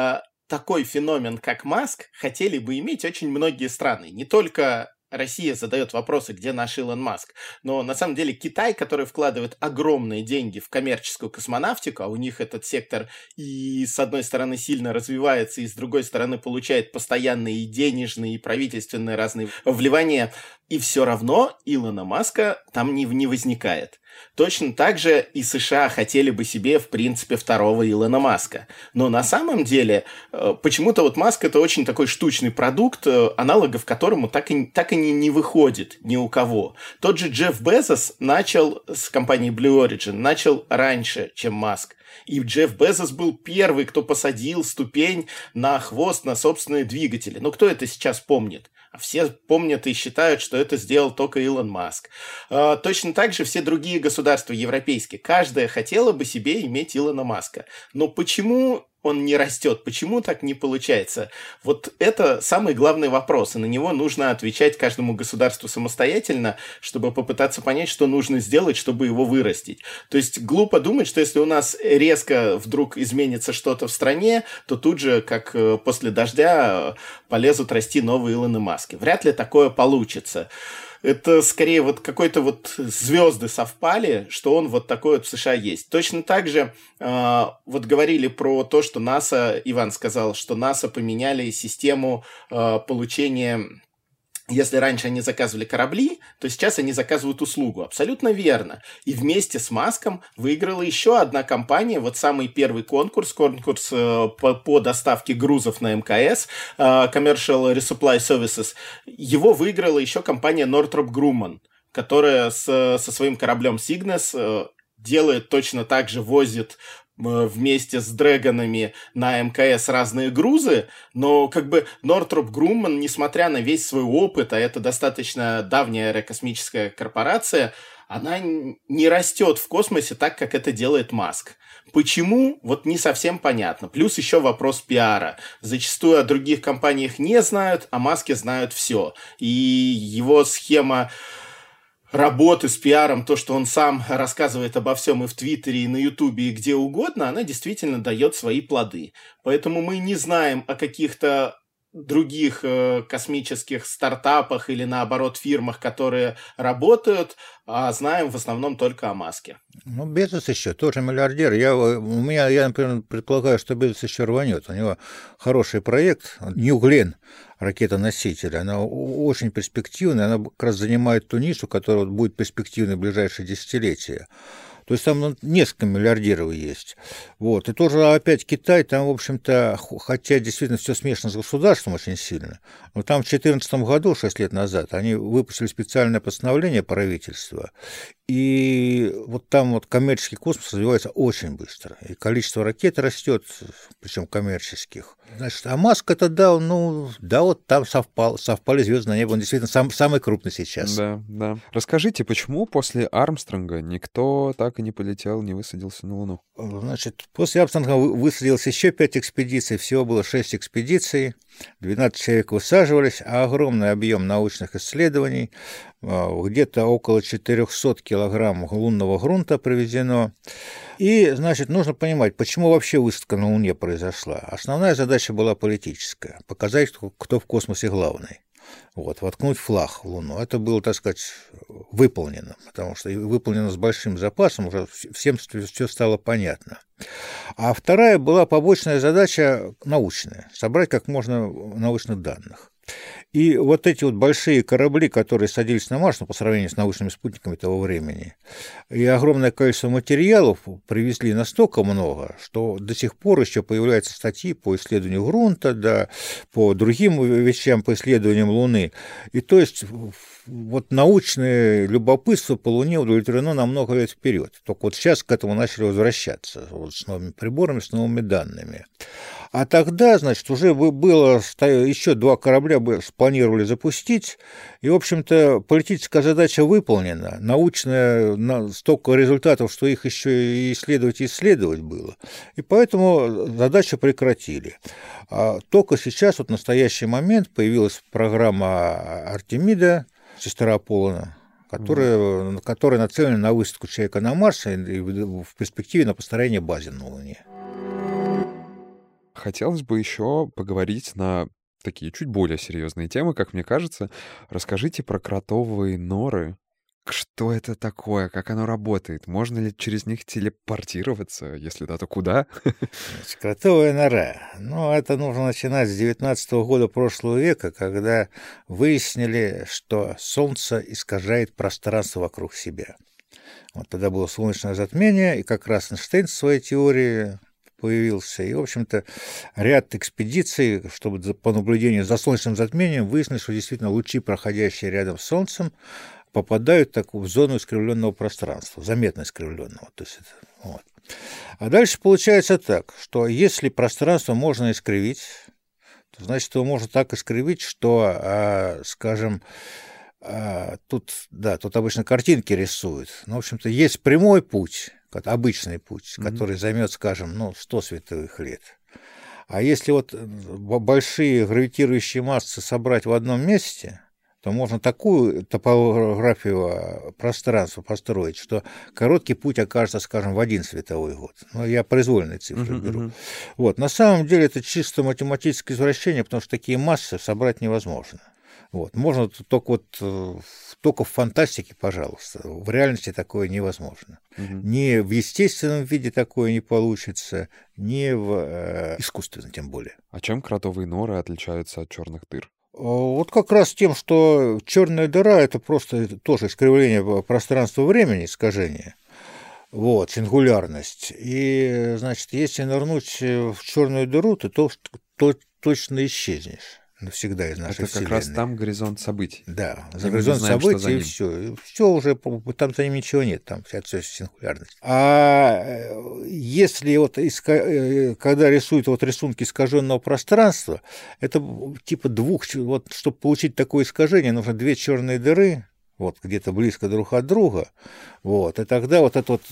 такой феномен, как Маск, хотели бы иметь очень многие страны. Не только Россия задает вопросы, где наш Илон Маск. Но на самом деле Китай, который вкладывает огромные деньги в коммерческую космонавтику, а у них этот сектор и с одной стороны сильно развивается, и с другой стороны получает постоянные и денежные, и правительственные разные вливания, и все равно Илона Маска там не возникает. Точно так же и США хотели бы себе, в принципе, второго Илона Маска. Но на самом деле, почему-то Маск — это очень такой штучный продукт, аналогов которому так и не выходит ни у кого. Тот же Джефф Безос начал с компании Blue Origin, начал раньше, чем Маск. И Джефф Безос был первый, кто посадил ступень на хвост на собственные двигатели. Но кто это сейчас помнит? А все помнят и считают, что это сделал только Илон Маск. Точно так же все другие государства европейские. Каждая хотела бы себе иметь Илона Маска. Но почему он не растет? Почему так не получается? Вот это самый главный вопрос, и на него нужно отвечать каждому государству самостоятельно, чтобы попытаться понять, что нужно сделать, чтобы его вырастить. То есть глупо думать, что если у нас резко вдруг изменится что-то в стране, то тут же, как после дождя, полезут расти новые Илоны Маски. Вряд ли такое получится. Это скорее какой-то звезды совпали, что он такой в США есть. Точно так же говорили про то, что НАСА, Иван сказал, что НАСА поменяли систему получения. Если раньше они заказывали корабли, то сейчас они заказывают услугу. Абсолютно верно. И вместе с Маском выиграла еще одна компания, самый первый конкурс по доставке грузов на МКС, Commercial Resupply Services. Его выиграла еще компания Northrop Grumman, которая со своим кораблем Cygnus делает точно так же, возит вместе с Дрэгонами на МКС разные грузы, но Northrop Grumman, несмотря на весь свой опыт, а это достаточно давняя аэрокосмическая корпорация, она не растет в космосе так, как это делает Маск. Почему? Не совсем понятно. Плюс еще вопрос пиара. Зачастую о других компаниях не знают, о Маске знают все. И его схема работы с пиаром, то, что он сам рассказывает обо всем и в Твиттере, и на Ютубе, и где угодно, она действительно дает свои плоды. Поэтому мы не знаем о каких-то других космических стартапах или, наоборот, фирмах, которые работают, а знаем в основном только о Маске. Безос еще тоже миллиардер. Я, например, предполагаю, что Безос еще рванет. У него хороший проект, New Glenn, ракета-носитель. Она очень перспективная, она как раз занимает ту нишу, которая будет перспективной в ближайшие десятилетия. То есть там несколько миллиардеров есть. И тоже опять Китай, там, в общем-то, хотя действительно все смешано с государством очень сильно, но там в 2014 году, 6 лет назад, они выпустили специальное постановление правительства, и там коммерческий космос развивается очень быстро, и количество ракет растет, причем коммерческих. Значит, а Маск это там совпали звезды на небо, он действительно самый крупный сейчас. Да. Расскажите, почему после Армстронга никто так и не полетел, не высадился на Луну? Значит, после Армстронга высадилось еще 5 экспедиций, всего было 6 экспедиций, 12 человек высаживались, а огромный объем научных исследований, где-то около 400 килограммов лунного грунта привезено. И, значит, нужно понимать, почему вообще высадка на Луне произошла. Основная задача была политическая – показать, кто в космосе главный. Воткнуть флаг в Луну. Это было, так сказать, выполнено, потому что выполнено с большим запасом, уже всем все стало понятно. А вторая была побочная задача научная – собрать как можно научных данных. И вот эти вот большие корабли, которые садились на Марс, по сравнению с научными спутниками того времени, и огромное количество материалов привезли настолько много, что до сих пор еще появляются статьи по исследованию грунта, да, по другим вещам, по исследованиям Луны. И то есть вот научное любопытство по Луне удовлетворено на много лет вперед. Только вот сейчас к этому начали возвращаться вот, с новыми приборами, с новыми данными. А тогда, значит, уже было еще 2 корабля спланировали запустить, и, в общем-то, политическая задача выполнена, научная, столько результатов, что их еще и исследовать было. И поэтому задачу прекратили. А только сейчас, вот в настоящий момент, появилась программа Артемида, сестра Аполлона, которая нацелена на высадку человека на Марс и в перспективе на построение базы на Луне. Хотелось бы еще поговорить на такие чуть более серьезные темы, как мне кажется. Расскажите про кротовые норы. Что это такое? Как оно работает? Можно ли через них телепортироваться? Если да, то куда? Кротовая нора. Это нужно начинать с 19-го года прошлого века, когда выяснили, что Солнце искажает пространство вокруг себя. Вот тогда было солнечное затмение, и как раз Эйнштейн в своей теории появился. И, в общем-то, ряд экспедиций, чтобы по наблюдению за солнечным затмением выяснили, что действительно лучи, проходящие рядом с Солнцем, попадают в зону искривленного пространства, заметно искривленного. То есть вот. А дальше получается так, что если пространство можно искривить, то значит, его можно так искривить, что, скажем, тут обычно картинки рисуют. Но, в общем-то, есть прямой путь, обычный путь, который займет, скажем, 100 световых лет. А если вот большие гравитирующие массы собрать в одном месте, то можно такую топографию пространства построить, что короткий путь окажется, скажем, в 1 световой год. Я произвольные цифры беру. Вот. На самом деле это чисто математическое извращение, потому что такие массы собрать невозможно. Вот. Можно только в фантастике, пожалуйста. В реальности такое невозможно. Ни в естественном виде такое не получится, ни в искусственном тем более. А чем кротовые норы отличаются от черных дыр? Вот как раз тем, что черная дыра — это просто тоже искривление пространства-времени, искажение. Вот, сингулярность. И, значит, если нырнуть в черную дыру, ты точно исчезнешь навсегда из нашей Вселенной. Это как раз там горизонт событий. Да, за горизонт событий, и все. Все уже, там за ним ничего нет, там вся сингулярность. А если когда рисуют рисунки искаженного пространства, это типа чтобы получить такое искажение, нужно 2 черные дыры, где-то близко друг от друга, и тогда тут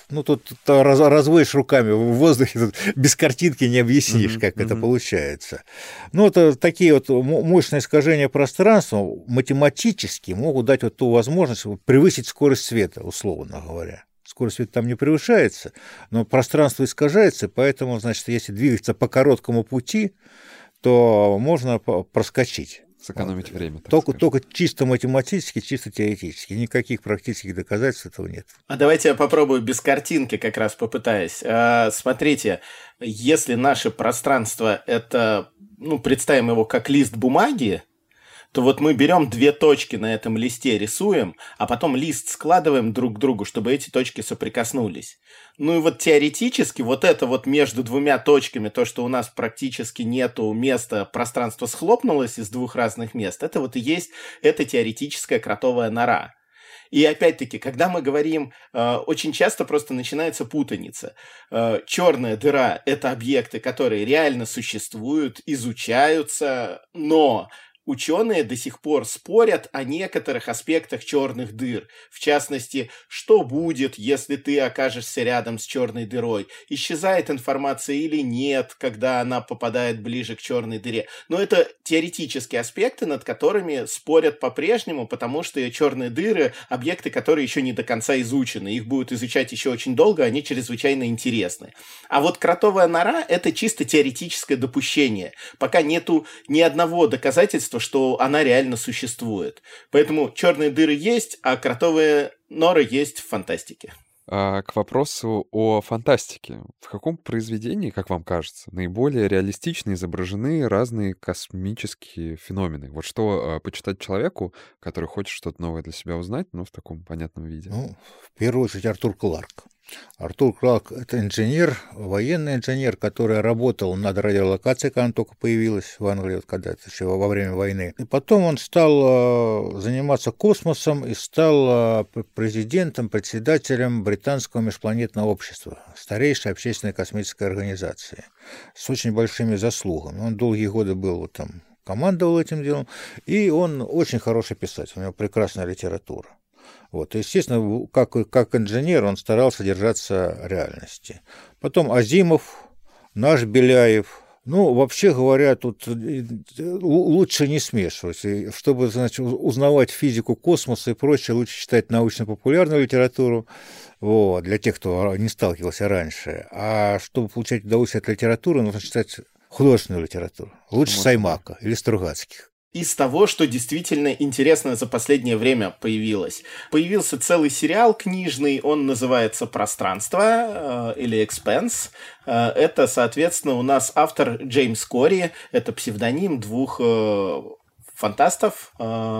разводишь руками в воздухе, без картинки не объяснишь, как это получается. Это такие мощные искажения пространства математически могут дать ту возможность превысить скорость света, условно говоря. Скорость света там не превышается, но пространство искажается, поэтому, значит, если двигаться по короткому пути, то можно проскочить. Сэкономить время. Только чисто математически, чисто теоретически. Никаких практических доказательств этого нет. А давайте я попробую без картинки как раз попытаюсь. Смотрите, если наше пространство это, представим его как лист бумаги, то мы берем 2 точки на этом листе, рисуем, а потом лист складываем друг к другу, чтобы эти точки соприкоснулись. И теоретически это между 2 точками, то, что у нас практически нету места, пространство схлопнулось из 2 разных мест, это и есть эта теоретическая кротовая нора. И опять-таки, когда мы говорим, очень часто просто начинается путаница. Черная дыра – это объекты, которые реально существуют, изучаются, но ученые до сих пор спорят о некоторых аспектах черных дыр. В частности, что будет, если ты окажешься рядом с черной дырой? Исчезает информация или нет, когда она попадает ближе к черной дыре? Но это теоретические аспекты, над которыми спорят по-прежнему, потому что черные дыры – объекты, которые еще не до конца изучены. Их будут изучать еще очень долго, они чрезвычайно интересны. А вот кротовая нора – это чисто теоретическое допущение. Пока нету ни одного доказательства, что она реально существует. Поэтому черные дыры есть, а кротовые норы есть в фантастике. К вопросу о фантастике. В каком произведении, как вам кажется, наиболее реалистично изображены разные космические феномены? Вот что почитать человеку, который хочет что-то новое для себя узнать, но в таком понятном виде? В первую очередь Артур Кларк. Артур Кларк — это инженер, военный инженер, который работал над радиолокацией, когда она только появилась в Англии, вот когда-то еще во время войны. И потом он стал заниматься космосом и стал президентом, председателем Британского межпланетного общества, старейшей общественной космической организации, с очень большими заслугами. Он долгие годы был там, командовал этим делом, и он очень хороший писатель, у него прекрасная литература. Вот. И, естественно, как инженер он старался держаться реальности. Потом Азимов, наш Беляев. Вообще говоря, тут лучше не смешивать. Чтобы, значит, узнавать физику космоса и прочее, лучше читать научно-популярную литературу, вот, для тех, кто не сталкивался раньше. А чтобы получать удовольствие от литературы, нужно читать художественную литературу. Лучше Саймака или Стругацких. Из того, что действительно интересно за последнее время появилось. Появился целый сериал книжный, он называется «Пространство» или «Expanse». Это, соответственно, у нас автор Джеймс Кори, это псевдоним двух фантастов,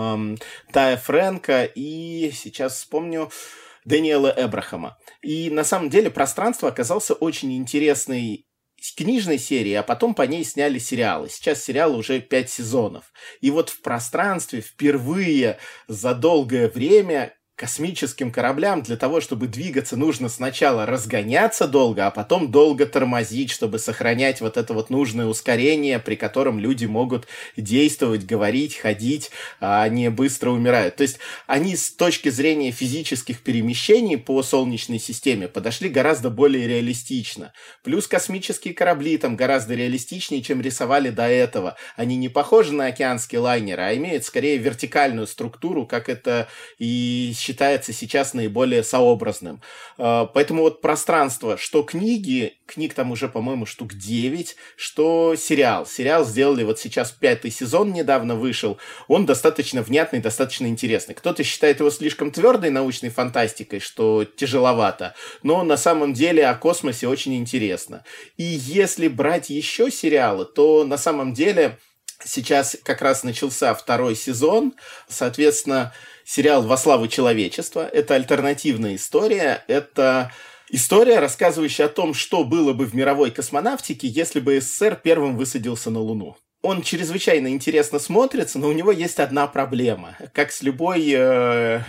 Тая Фрэнка и, сейчас вспомню, Дэниела Эбрахама. И на самом деле «Пространство» оказался очень интересной книжной серии, а потом по ней сняли сериалы. Сейчас сериал уже 5 сезонов. И вот в «Пространстве» впервые за долгое время космическим кораблям для того, чтобы двигаться, нужно сначала разгоняться долго, а потом долго тормозить, чтобы сохранять вот это вот нужное ускорение, при котором люди могут действовать, говорить, ходить, а не быстро умирают. То есть они с точки зрения физических перемещений по Солнечной системе подошли гораздо более реалистично. Плюс космические корабли там гораздо реалистичнее, чем рисовали до этого. Они не похожи на океанские лайнеры, а имеют скорее вертикальную структуру, как это и считается сейчас наиболее сообразным. Поэтому вот «Пространство», что книг там уже, по-моему, штук 9, что сериал. Сериал сделали вот сейчас 5-й сезон, недавно вышел. Он достаточно внятный, достаточно интересный. Кто-то считает его слишком твердой научной фантастикой, что тяжеловато, но на самом деле о космосе очень интересно. И если брать еще сериалы, то на самом деле сейчас как раз начался 2-й сезон, соответственно, сериал «Во славу человечества». Это альтернативная история. Это история, рассказывающая о том, что было бы в мировой космонавтике, если бы СССР первым высадился на Луну. Он чрезвычайно интересно смотрится, но у него есть одна проблема. Как с любыми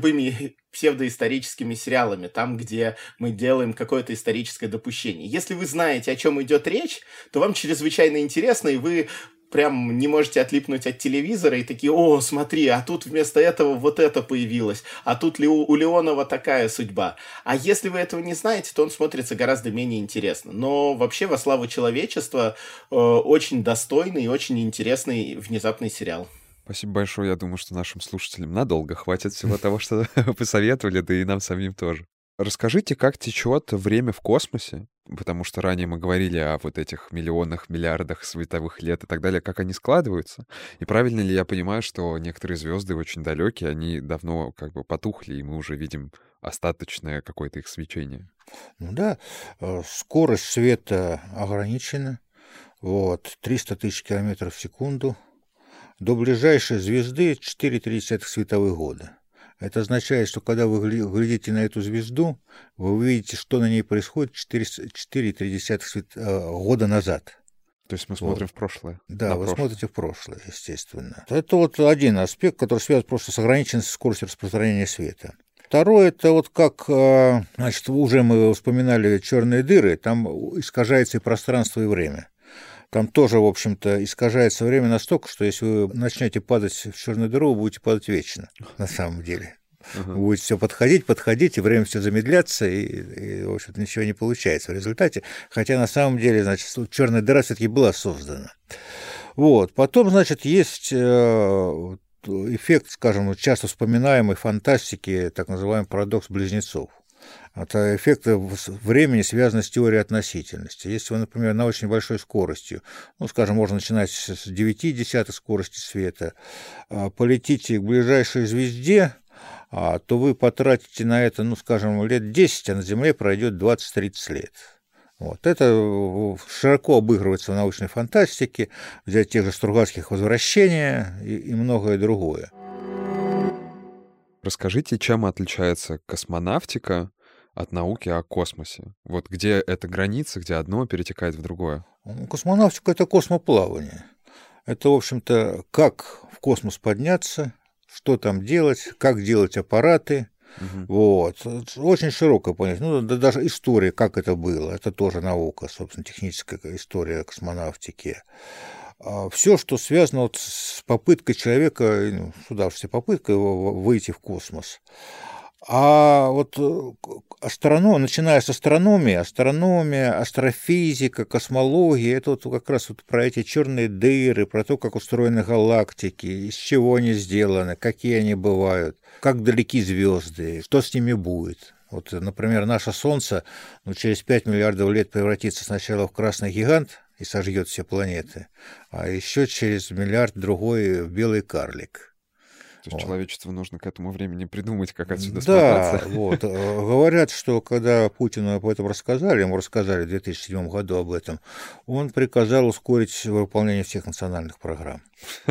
псевдоисторическими сериалами, там, где мы делаем какое-то историческое допущение. Если вы знаете, о чем идет речь, то вам чрезвычайно интересно, и вы прям не можете отлипнуть от телевизора и такие: о, смотри, а тут вместо этого вот это появилось, а тут у Леонова такая судьба. А если вы этого не знаете, то он смотрится гораздо менее интересно. Но вообще «Во славу человечества» очень достойный и очень интересный внезапный сериал. Спасибо большое. Я думаю, что нашим слушателям надолго хватит всего того, что посоветовали, да и нам самим тоже. Расскажите, как течет время в космосе, потому что ранее мы говорили о вот этих миллионах, миллиардах световых лет и так далее, как они складываются. И правильно ли я понимаю, что некоторые звезды очень далекие, они давно как бы потухли, и мы уже видим остаточное какое-то их свечение? Да, скорость света ограничена. 300 тысяч километров в секунду. До ближайшей звезды 4,3 световых года. Это означает, что когда вы глядите на эту звезду, вы увидите, что на ней происходит 4,3 года назад. То есть мы смотрим в прошлое? Да, вы смотрите в прошлое, естественно. Это вот один аспект, который связан просто с ограниченной скоростью распространения света. Второе, это вот как, значит, уже мы вспоминали черные дыры, там искажается и пространство, и время. Там тоже, в общем-то, искажается время настолько, что если вы начнете падать в черную дыру, вы будете падать вечно, на самом деле. Вы будете все подходить, и время все замедляться, и в общем-то, ничего не получается в результате. Хотя, на самом деле, значит, черная дыра все-таки была создана. Вот. Потом, значит, есть эффект, скажем, часто вспоминаемой фантастики, так называемый парадокс близнецов. Это эффект времени, связанный с теорией относительности. Если вы, например, на очень большой скорости, скажем, можно начинать с 0,9 скорости света, полетите к ближайшей звезде, то вы потратите на это, скажем, лет 10, а на Земле пройдет 20-30 лет. Вот. Это широко обыгрывается в научной фантастике, взять тех же Стругацких «Возвращения» и многое другое. Расскажите, чем отличается космонавтика от науки о космосе? Вот где эта граница, где одно перетекает в другое? Космонавтика — это космоплавание. Это, в общем-то, как в космос подняться, что там делать, как делать аппараты. Вот. Очень широкое понятие. Даже история, как это было, это тоже наука, собственно, техническая история космонавтики. Все, что связано с попыткой человека, все попыткой выйти в космос. А вот начиная с астрономия, астрофизика, космология, это вот как раз вот про эти черные дыры, про то, как устроены галактики, из чего они сделаны, какие они бывают, как далеки звезды, что с ними будет. Вот, например, наше Солнце через 5 миллиардов лет превратится сначала в красный гигант и сожжет все планеты, а еще через миллиард другой в белый карлик. То есть человечеству нужно к этому времени придумать, как отсюда смотаться. Да, вот. Говорят, что когда Путину об этом рассказали, ему рассказали в 2007 году об этом, он приказал ускорить выполнение всех национальных программ.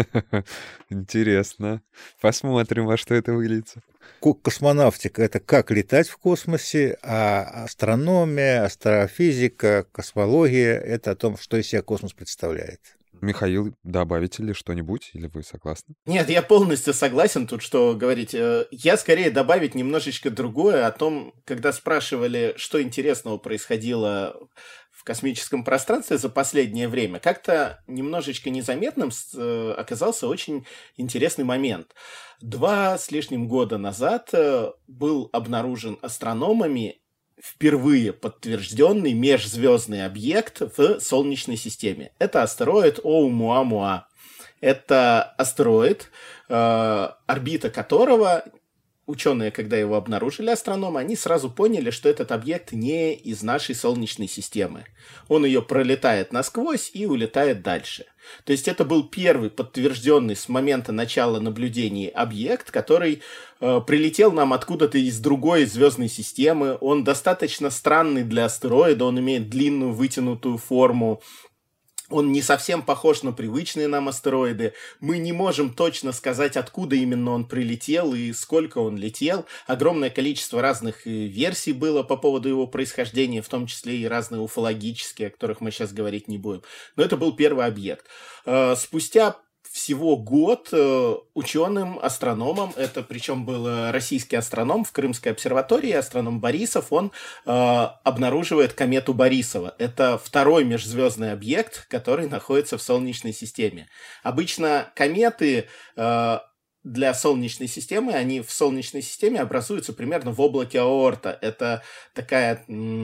Интересно. Посмотрим, во что это выльется. Космонавтика — это как летать в космосе, а астрономия, астрофизика, космология — это о том, что из себя космос представляет. Михаил, добавите ли что-нибудь, или вы согласны? Нет, я полностью согласен тут, что говорить. Я скорее добавить немножечко другое о том, когда спрашивали, что интересного происходило в космическом пространстве за последнее время. Как-то немножечко незаметным оказался очень интересный момент. 2 с лишним года назад был обнаружен астрономами впервые подтвержденный межзвездный объект в Солнечной системе. Это астероид Оumuamua. Это астероид, орбита которого ученые, когда его обнаружили, астрономы, они сразу поняли, что этот объект не из нашей Солнечной системы. Он ее пролетает насквозь и улетает дальше. То есть это был первый подтвержденный с момента начала наблюдений объект, который прилетел нам откуда-то из другой звездной системы. Он достаточно странный для астероида, он имеет длинную вытянутую форму. Он не совсем похож на привычные нам астероиды. Мы не можем точно сказать, откуда именно он прилетел и сколько он летел. Огромное количество разных версий было по поводу его происхождения, в том числе и разные уфологические, о которых мы сейчас говорить не будем. Но это был первый объект. Спустя всего год ученым, астрономам, это причем был российский астроном в Крымской обсерватории, астроном Борисов, он обнаруживает комету Борисова. Это второй межзвездный объект, который находится в Солнечной системе. Обычно кометы для Солнечной системы, они в Солнечной системе образуются примерно в облаке Оорта. Это такая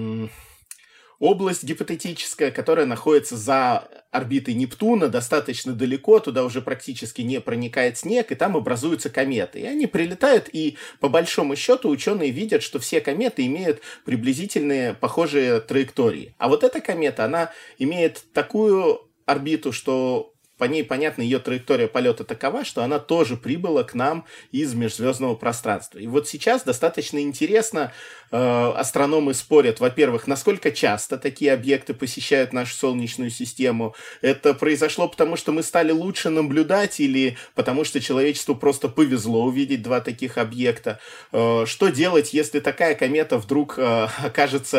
область гипотетическая, которая находится за орбитой Нептуна, достаточно далеко, туда уже практически не проникает снег, и там образуются кометы. И они прилетают, и по большому счету ученые видят, что все кометы имеют приблизительные похожие траектории. А вот эта комета, она имеет такую орбиту, что по ней, понятно, ее траектория полета такова, что она тоже прибыла к нам из межзвездного пространства. И вот сейчас достаточно интересно, астрономы спорят, во-первых, насколько часто такие объекты посещают нашу Солнечную систему. Это произошло потому, что мы стали лучше наблюдать, или потому что человечеству просто повезло увидеть 2 таких объекта. Что делать, если такая комета вдруг окажется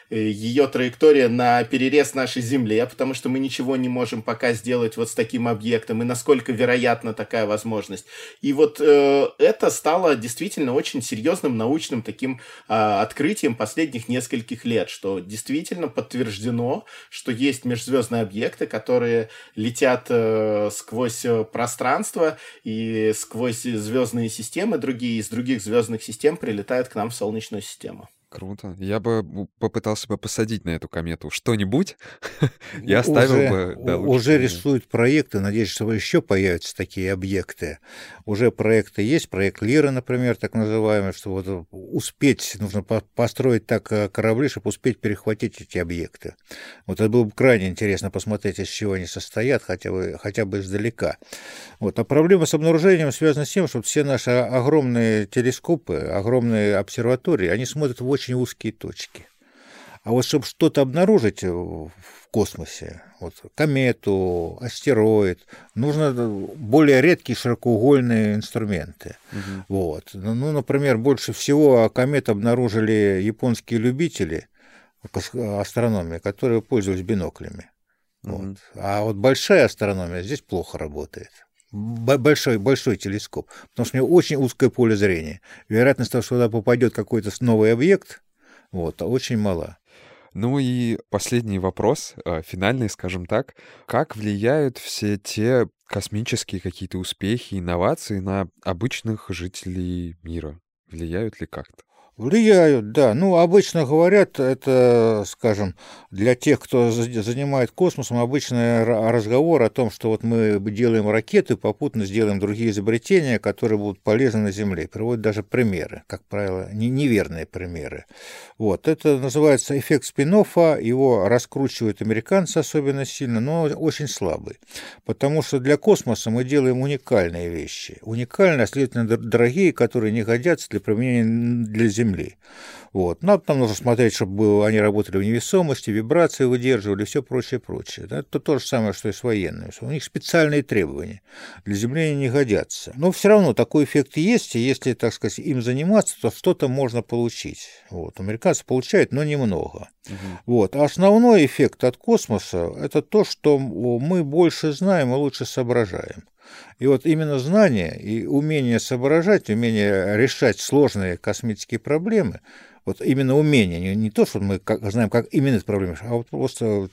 ее траектория на перерез нашей Земле, потому что мы ничего не можем пока сделать вот с таким объектом, и насколько вероятна такая возможность. И вот это стало действительно очень серьезным научным таким открытием последних нескольких лет, что действительно подтверждено, что есть межзвездные объекты, которые летят сквозь пространство и сквозь звездные системы другие, из других звездных систем прилетают к нам в Солнечную систему. Круто. Я бы попытался бы посадить на эту комету что-нибудь и оставил бы... Да, уже рисуют проекты, надеюсь, что еще появятся такие объекты. Уже проекты есть, проект Лира, например, так называемый, что вот успеть, нужно построить так корабли, чтобы успеть перехватить эти объекты. Вот это было бы крайне интересно посмотреть, из чего они состоят, хотя бы издалека. Вот. А проблема с обнаружением связана с тем, что все наши огромные телескопы, огромные обсерватории, они смотрят в очень узкие точки. А вот чтобы что-то обнаружить в космосе, вот комету, астероид, нужно более редкие широкоугольные инструменты. Вот. Ну, например, больше всего комет обнаружили японские любители астрономии, которые пользовались биноклями. Вот. А вот большая астрономия здесь плохо работает. Большой телескоп, потому что у него очень узкое поле зрения. Вероятность того, что туда попадет какой-то новый объект, вот, очень мала. Ну и последний вопрос, финальный, скажем так. Как влияют все те космические какие-то успехи, инновации на обычных жителей мира? Влияют ли как-то? Влияют, да. Ну, обычно говорят, это, скажем, для тех, кто занимает космосом, обычный разговор о том, что вот мы делаем ракеты, попутно сделаем другие изобретения, которые будут полезны на Земле. Приводят даже примеры, как правило, неверные примеры. Вот. Это называется эффект спин-оффа, его раскручивают американцы особенно сильно, но очень слабый. Потому что для космоса мы делаем уникальные вещи. Уникальные, а следовательно, дорогие, которые не годятся для применения для Земли. Вот. Но там нужно смотреть, чтобы они работали в невесомости, вибрации выдерживали, все прочее, прочее. Это то же самое, что и с военными. У них специальные требования. Для Земли они не годятся. Но все равно такой эффект есть, и если, так сказать, им заниматься, то что-то можно получить. Вот. Американцы получают, но немного. Вот. А основной эффект от космоса – это то, что мы больше знаем и лучше соображаем. И вот именно знание и умение соображать, умение решать сложные космические проблемы, вот именно умение, не то, что мы знаем, как именно эти проблемы, а вот просто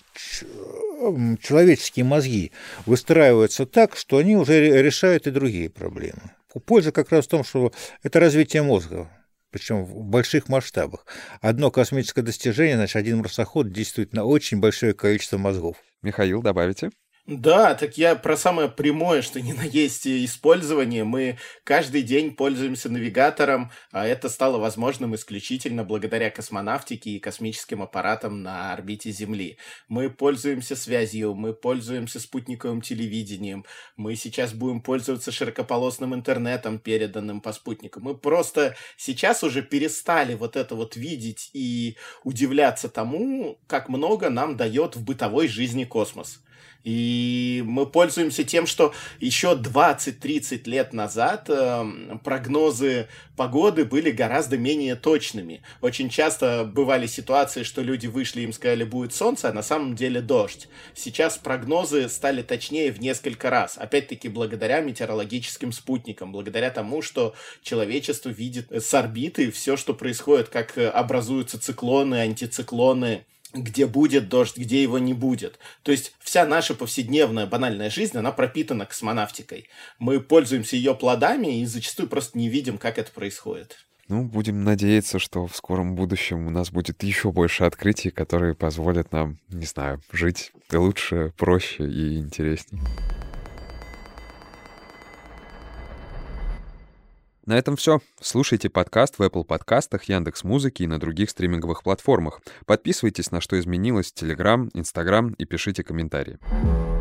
человеческие мозги выстраиваются так, что они уже решают и другие проблемы. Польза как раз в том, что это развитие мозга, причем в больших масштабах. Одно космическое достижение, значит, один марсоход действует на очень большое количество мозгов. Михаил, добавите? Да, так я про самое прямое, что ни на есть использование. Мы каждый день пользуемся навигатором, а это стало возможным исключительно благодаря космонавтике и космическим аппаратам на орбите Земли. Мы пользуемся связью, мы пользуемся спутниковым телевидением, мы сейчас будем пользоваться широкополосным интернетом, переданным по спутнику. Мы просто сейчас уже перестали вот это вот видеть и удивляться тому, как много нам дает в бытовой жизни космос. И мы пользуемся тем, что еще 20-30 лет назад прогнозы погоды были гораздо менее точными. Очень часто бывали ситуации, что люди вышли, им сказали, будет солнце, а на самом деле дождь. Сейчас прогнозы стали точнее в несколько раз. Опять-таки благодаря метеорологическим спутникам, благодаря тому, что человечество видит с орбиты все, что происходит, как образуются циклоны, антициклоны, где будет дождь, где его не будет. То есть вся наша повседневная банальная жизнь, она пропитана космонавтикой. Мы пользуемся ее плодами и зачастую просто не видим, как это происходит. Ну, будем надеяться, что в скором будущем у нас будет еще больше открытий, которые позволят нам, не знаю, жить лучше, проще и интереснее. На этом все. Слушайте подкаст в Apple подкастах, Яндекс.Музыке и на других стриминговых платформах. Подписывайтесь на «Что изменилось» в Telegram, Instagram и пишите комментарии.